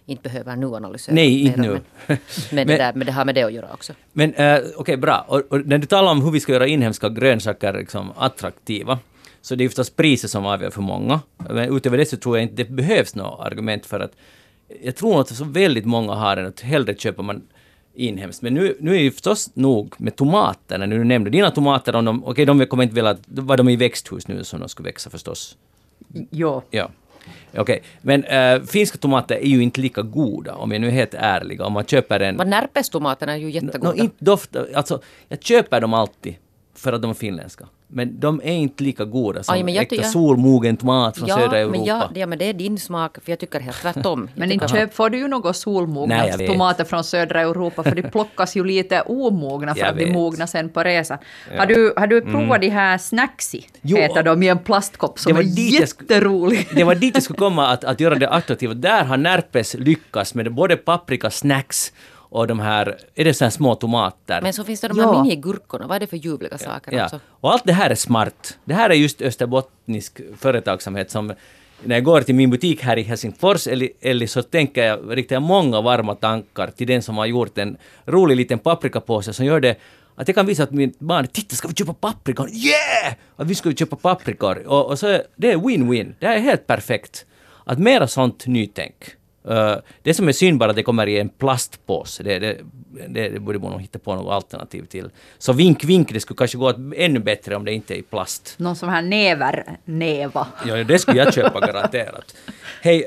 inte behöver nu analysera. Nej, inte mera, nu. Men det har med det att göra också. Men okej, bra. Och när du talar om hur vi ska göra inhemska grönsaker liksom attraktiva, så det är förstås priset som avgör för många. Men utöver det så tror jag inte det behövs något argument för att jag tror att så väldigt många har den att hellre köper man inhemskt. Men nu är det förstås nog med tomaterna. Nu nämnde dina tomater, om de kommer inte vilja, var de i växthus nu som de skulle växa förstås? Jo. Ja. Okej, men finska tomater är ju inte lika goda, om jag nu är helt ärlig. Om man köper en... Men närpestomaterna är ju jättegoda. Inte dofta, alltså, jag köper dem alltid för att de är finländska. Men de är inte lika goda som äkta solmogen tomat från södra Europa. Men det är din smak, för jag tycker helt tvärtom. Men inte får du ju något solmogna tomater från södra Europa, för de plockas ju lite omogna för att de mogna sen på resan. Ja. Har du provat de här snacksy? Heter de i en plastkopp som är jätterolig. Det var dit jag skulle komma att göra det attraktivt. Där har Närpes lyckats med både paprika snacks och de här, är det så här små tomater? Men så finns det de här minigurkorna. Vad är det för ljuvliga saker? Ja. Alltså? Och allt det här är smart. Det här är just österbottnisk företagsamhet som när jag går till min butik här i Helsingfors eller så tänker jag riktigt många varma tankar till den som har gjort en rolig liten paprikapåse som gör det att jag kan visa att min barn, titta, ska vi köpa paprikor? Yeah! Att vi ska köpa paprikor. Och så det är win-win. Det är helt perfekt. Att mera sånt nytänk. Det som är synd bara att det kommer i en plastpåse. Det borde man nog hitta på något alternativ till. Så vink, det skulle kanske gå ännu bättre om det inte är i plast. Någon sån här näva. Ja, det skulle jag köpa garanterat. Hej,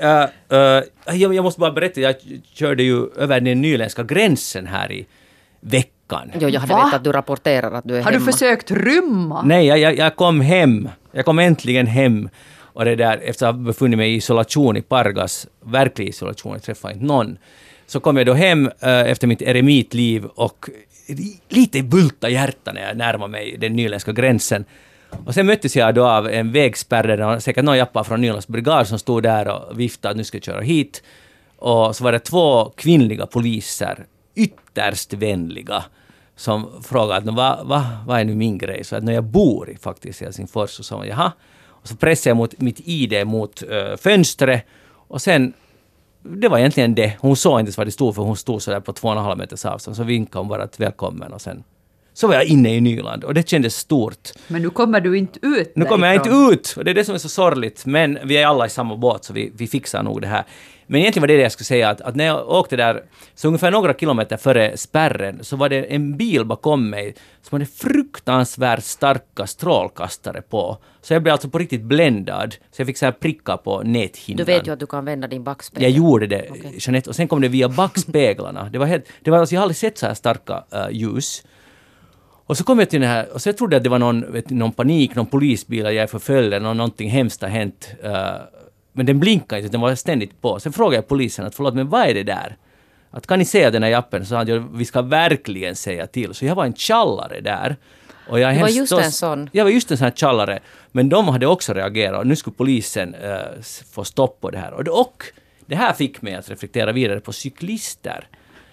jag måste bara berätta, jag körde ju över den nyländska gränsen här i veckan. Jo, jag hade vetat att du rapporterar att du är hemma. Har du försökt rymma? Nej, jag kom hem. Jag kom äntligen hem. Och det där, efter att ha befunnit mig i isolation i Pargas, verklig isolation, jag träffade inte någon, så kom jag då hem efter mitt eremitliv och lite bulta hjärta när jag närmade mig den nyländska gränsen. Och sen möttes jag då av en vägspärre och säkert någon jappa från Nylands brigad som stod där och viftade att nu ska jag köra hit. Och så var det 2 kvinnliga poliser, ytterst vänliga, som frågade vad är nu min grej? Så att när jag bor faktiskt i Helsingfors så sa jag, jaha. Och så pressade jag mot mitt ID mot fönstret. Och sen, det var egentligen det. Hon såg inte vad det stod, för hon stod så där på 2,5 meters avstånd. Så vinkade hon bara att välkommen. Och sen så var jag inne i Nyland. Och det kändes stort. Men nu kommer du inte ut. Nu kommer jag inte ut. Och det är det som är så sorgligt. Men vi är alla i samma båt, så vi fixar nog det här. Men egentligen var det jag skulle säga, att när jag åkte där, så ungefär några kilometer före spärren, så var det en bil bakom mig som hade fruktansvärt starka strålkastare på. Så jag blev alltså på riktigt bländad, så jag fick så här pricka på näthinnan. Du vet ju att du kan vända din backspegel. Jag gjorde det, okay. Jeanette, och sen kom det via backspeglarna. Det var alltså, jag har aldrig sett så här starka ljus. Och så kom jag till den här, och så jag trodde att det var någon panik, någon polisbil, jag är förföljd, eller någonting hemskt har hänt. Men den blinkade inte, den var ständigt på. Sen frågade jag polisen att förlåt, men vad är det där? Att kan ni säga den här jappen? Så sa vi ska verkligen säga till. Så jag var en tjallare där. Och jag var just en sån. Jag var just en sån här tjallare. Men de hade också reagerat. Och nu skulle polisen få stopp på det här. Och det här fick mig att reflektera vidare på cyklister.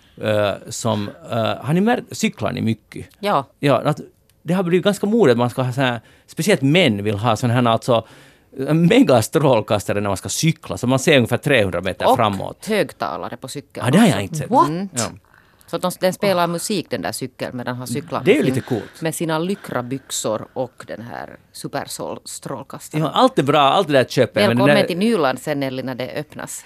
Som, har ni märkt, cyklar ni mycket? Ja. Att det har blivit ganska modigt att man ska ha så här, speciellt män vill ha sån här alltså en megastrålkastare när man ska cykla, så man ser ungefär 300 meter framåt. Och högtalare på cykeln. Ja, det har jag inte sett. What? Ja. Så att den spelar musik, den där cykeln, medan han cyklar. Det är ju lite coolt. Med sina lycrabyxor och den här superstrålkastaren. Ja, allt är bra, allt det där köper jag. Välkommen till Nyland sen, Nelly, när det öppnas.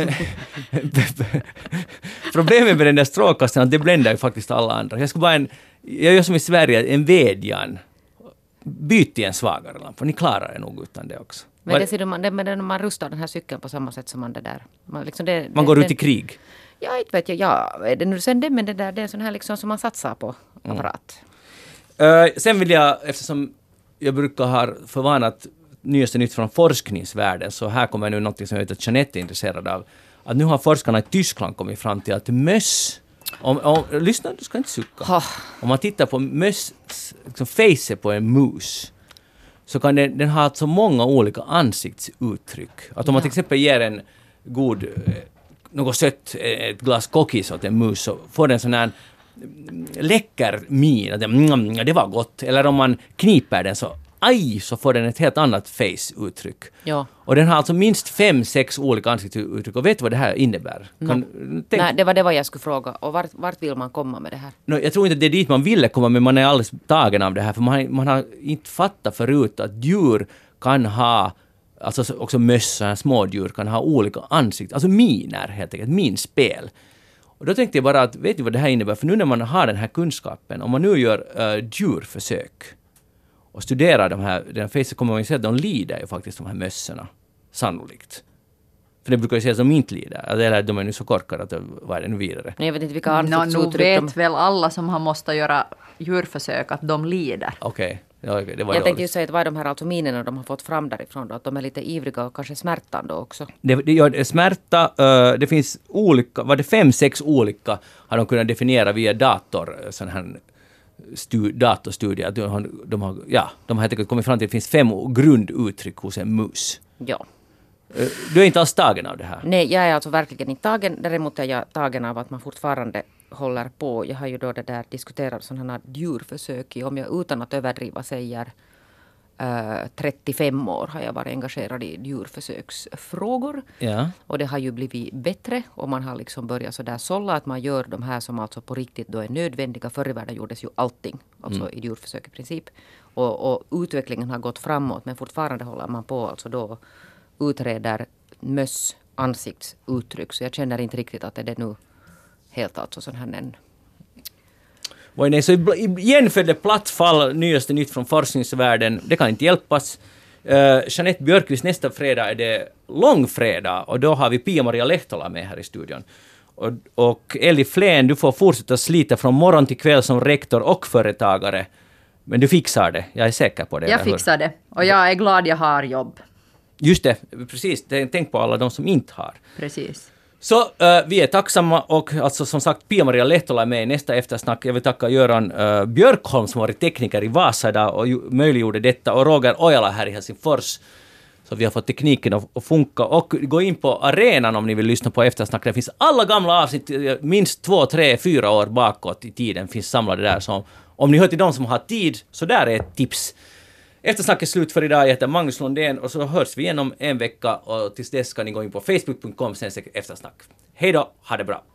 Problemet med den där strålkastaren, det bländar ju faktiskt alla andra. Jag gör som i Sverige, en vädjan. Byt till en svagare lampa. Ni klarar det nog utan det också. Men det ser man rustar den här cykeln på samma sätt som man det där. Man går ut i krig. Ja, inte vet jag. Ja, är det nu sen det, men det är en sån här liksom som man satsar på apparat. Sen vill jag, eftersom jag brukar ha förvarnat nyaste nytt från forskningsvärlden, så här kommer nu något som jag vet att Jeanette är intresserad av. Att nu har forskarna i Tyskland kommit fram till att möss, lyssna, du ska inte sucka. Om man tittar på möss, liksom face på en mus, så kan den ha så många olika ansiktsuttryck. Att om man till exempel ger en god, något sött, ett glas kokis åt en mus, så får den sån här läcker min, att det var gott. Eller om man kniper den så aj så får den ett helt annat face-uttryck. Ja. Och den har alltså minst 5-6 olika ansiktsuttryck. Och vet du vad det här innebär? Nej, det var det vad jag skulle fråga. Och vart vill man komma med det här? Jag tror inte det är dit man ville komma, men man är alldeles tagen av det här. För man har inte fattat förut att djur kan ha, alltså också mössa, smådjur kan ha olika ansikten. Alltså miner helt enkelt, minspel. Och då tänkte jag bara att, vet du vad det här innebär? För nu när man har den här kunskapen, om man nu gör djurförsök och studerar den här face, så kommer man ju se att de lider ju faktiskt, de här mössorna. Sannolikt. För det brukar ju säga att de inte lider. Eller de är nu så korkade att vad är det nu vidare? Nej, jag vet inte vilka Nu ansiktsuttryck vet väl alla som har måste göra djurförsök att de lider. Okej. Ja, det var jag tänkte ju säga att vad är de här alltså minerna de har fått fram därifrån då? Att de är lite ivriga och kanske smärtande också. Det gör smärta, det finns olika, var det 5-6 olika har de kunnat definiera via dator, sån här datorstudier. De har helt enkelt kommit fram till att det finns 5 grunduttryck hos en mus. Ja. Du är inte alls tagen av det här? Nej, jag är alltså verkligen inte tagen. Däremot är jag tagen av att man fortfarande håller på. Jag har ju då det där diskuterat sådana här djurförsök i, om jag utan att överdriva säger 35 år har jag varit engagerad i djurförsöksfrågor. Ja. Och det har ju blivit bättre och man har liksom börjat sådär sålla att man gör de här som alltså på riktigt då är nödvändiga. Förr i världen gjordes ju allting, alltså i djurförsök i princip. Och utvecklingen har gått framåt, men fortfarande håller man på alltså då utreder möss ansiktsuttryck. Så jag känner inte riktigt att det är nu helt alltså sån här en. Nej, så igen för det platt fall, nyaste nytt från forskningsvärlden. Det kan inte hjälpas. Jeanette Björkqvist, nästa fredag är det långfredag och då har vi Pia-Maria Lehtola med här i studion. Och Elli Flen, du får fortsätta slita från morgon till kväll som rektor och företagare. Men du fixar det, jag är säker på det. Jag fixar det och jag är glad jag har jobb. Just det, precis. Tänk på alla de som inte har. Precis. Så vi är tacksamma och alltså som sagt Pia-Maria Lehtola är med i nästa eftersnack. Jag vill tacka Göran Björkholm som varit tekniker i Vasa idag och möjliggjorde detta och Roger Ojala här i Helsingfors. Så vi har fått tekniken att funka och gå in på arenan om ni vill lyssna på eftersnack. Det finns alla gamla avsnitt, minst 2, 3, 4 år bakåt i tiden finns samlade där. Så om ni hör till de som har tid så där är ett tips. Eftersnack är slut för idag. Jag heter Magnus Lundén och så hörs vi igen om en vecka och tills dess ska ni gå in på facebook.com/eftersnack. Hej då, ha det bra!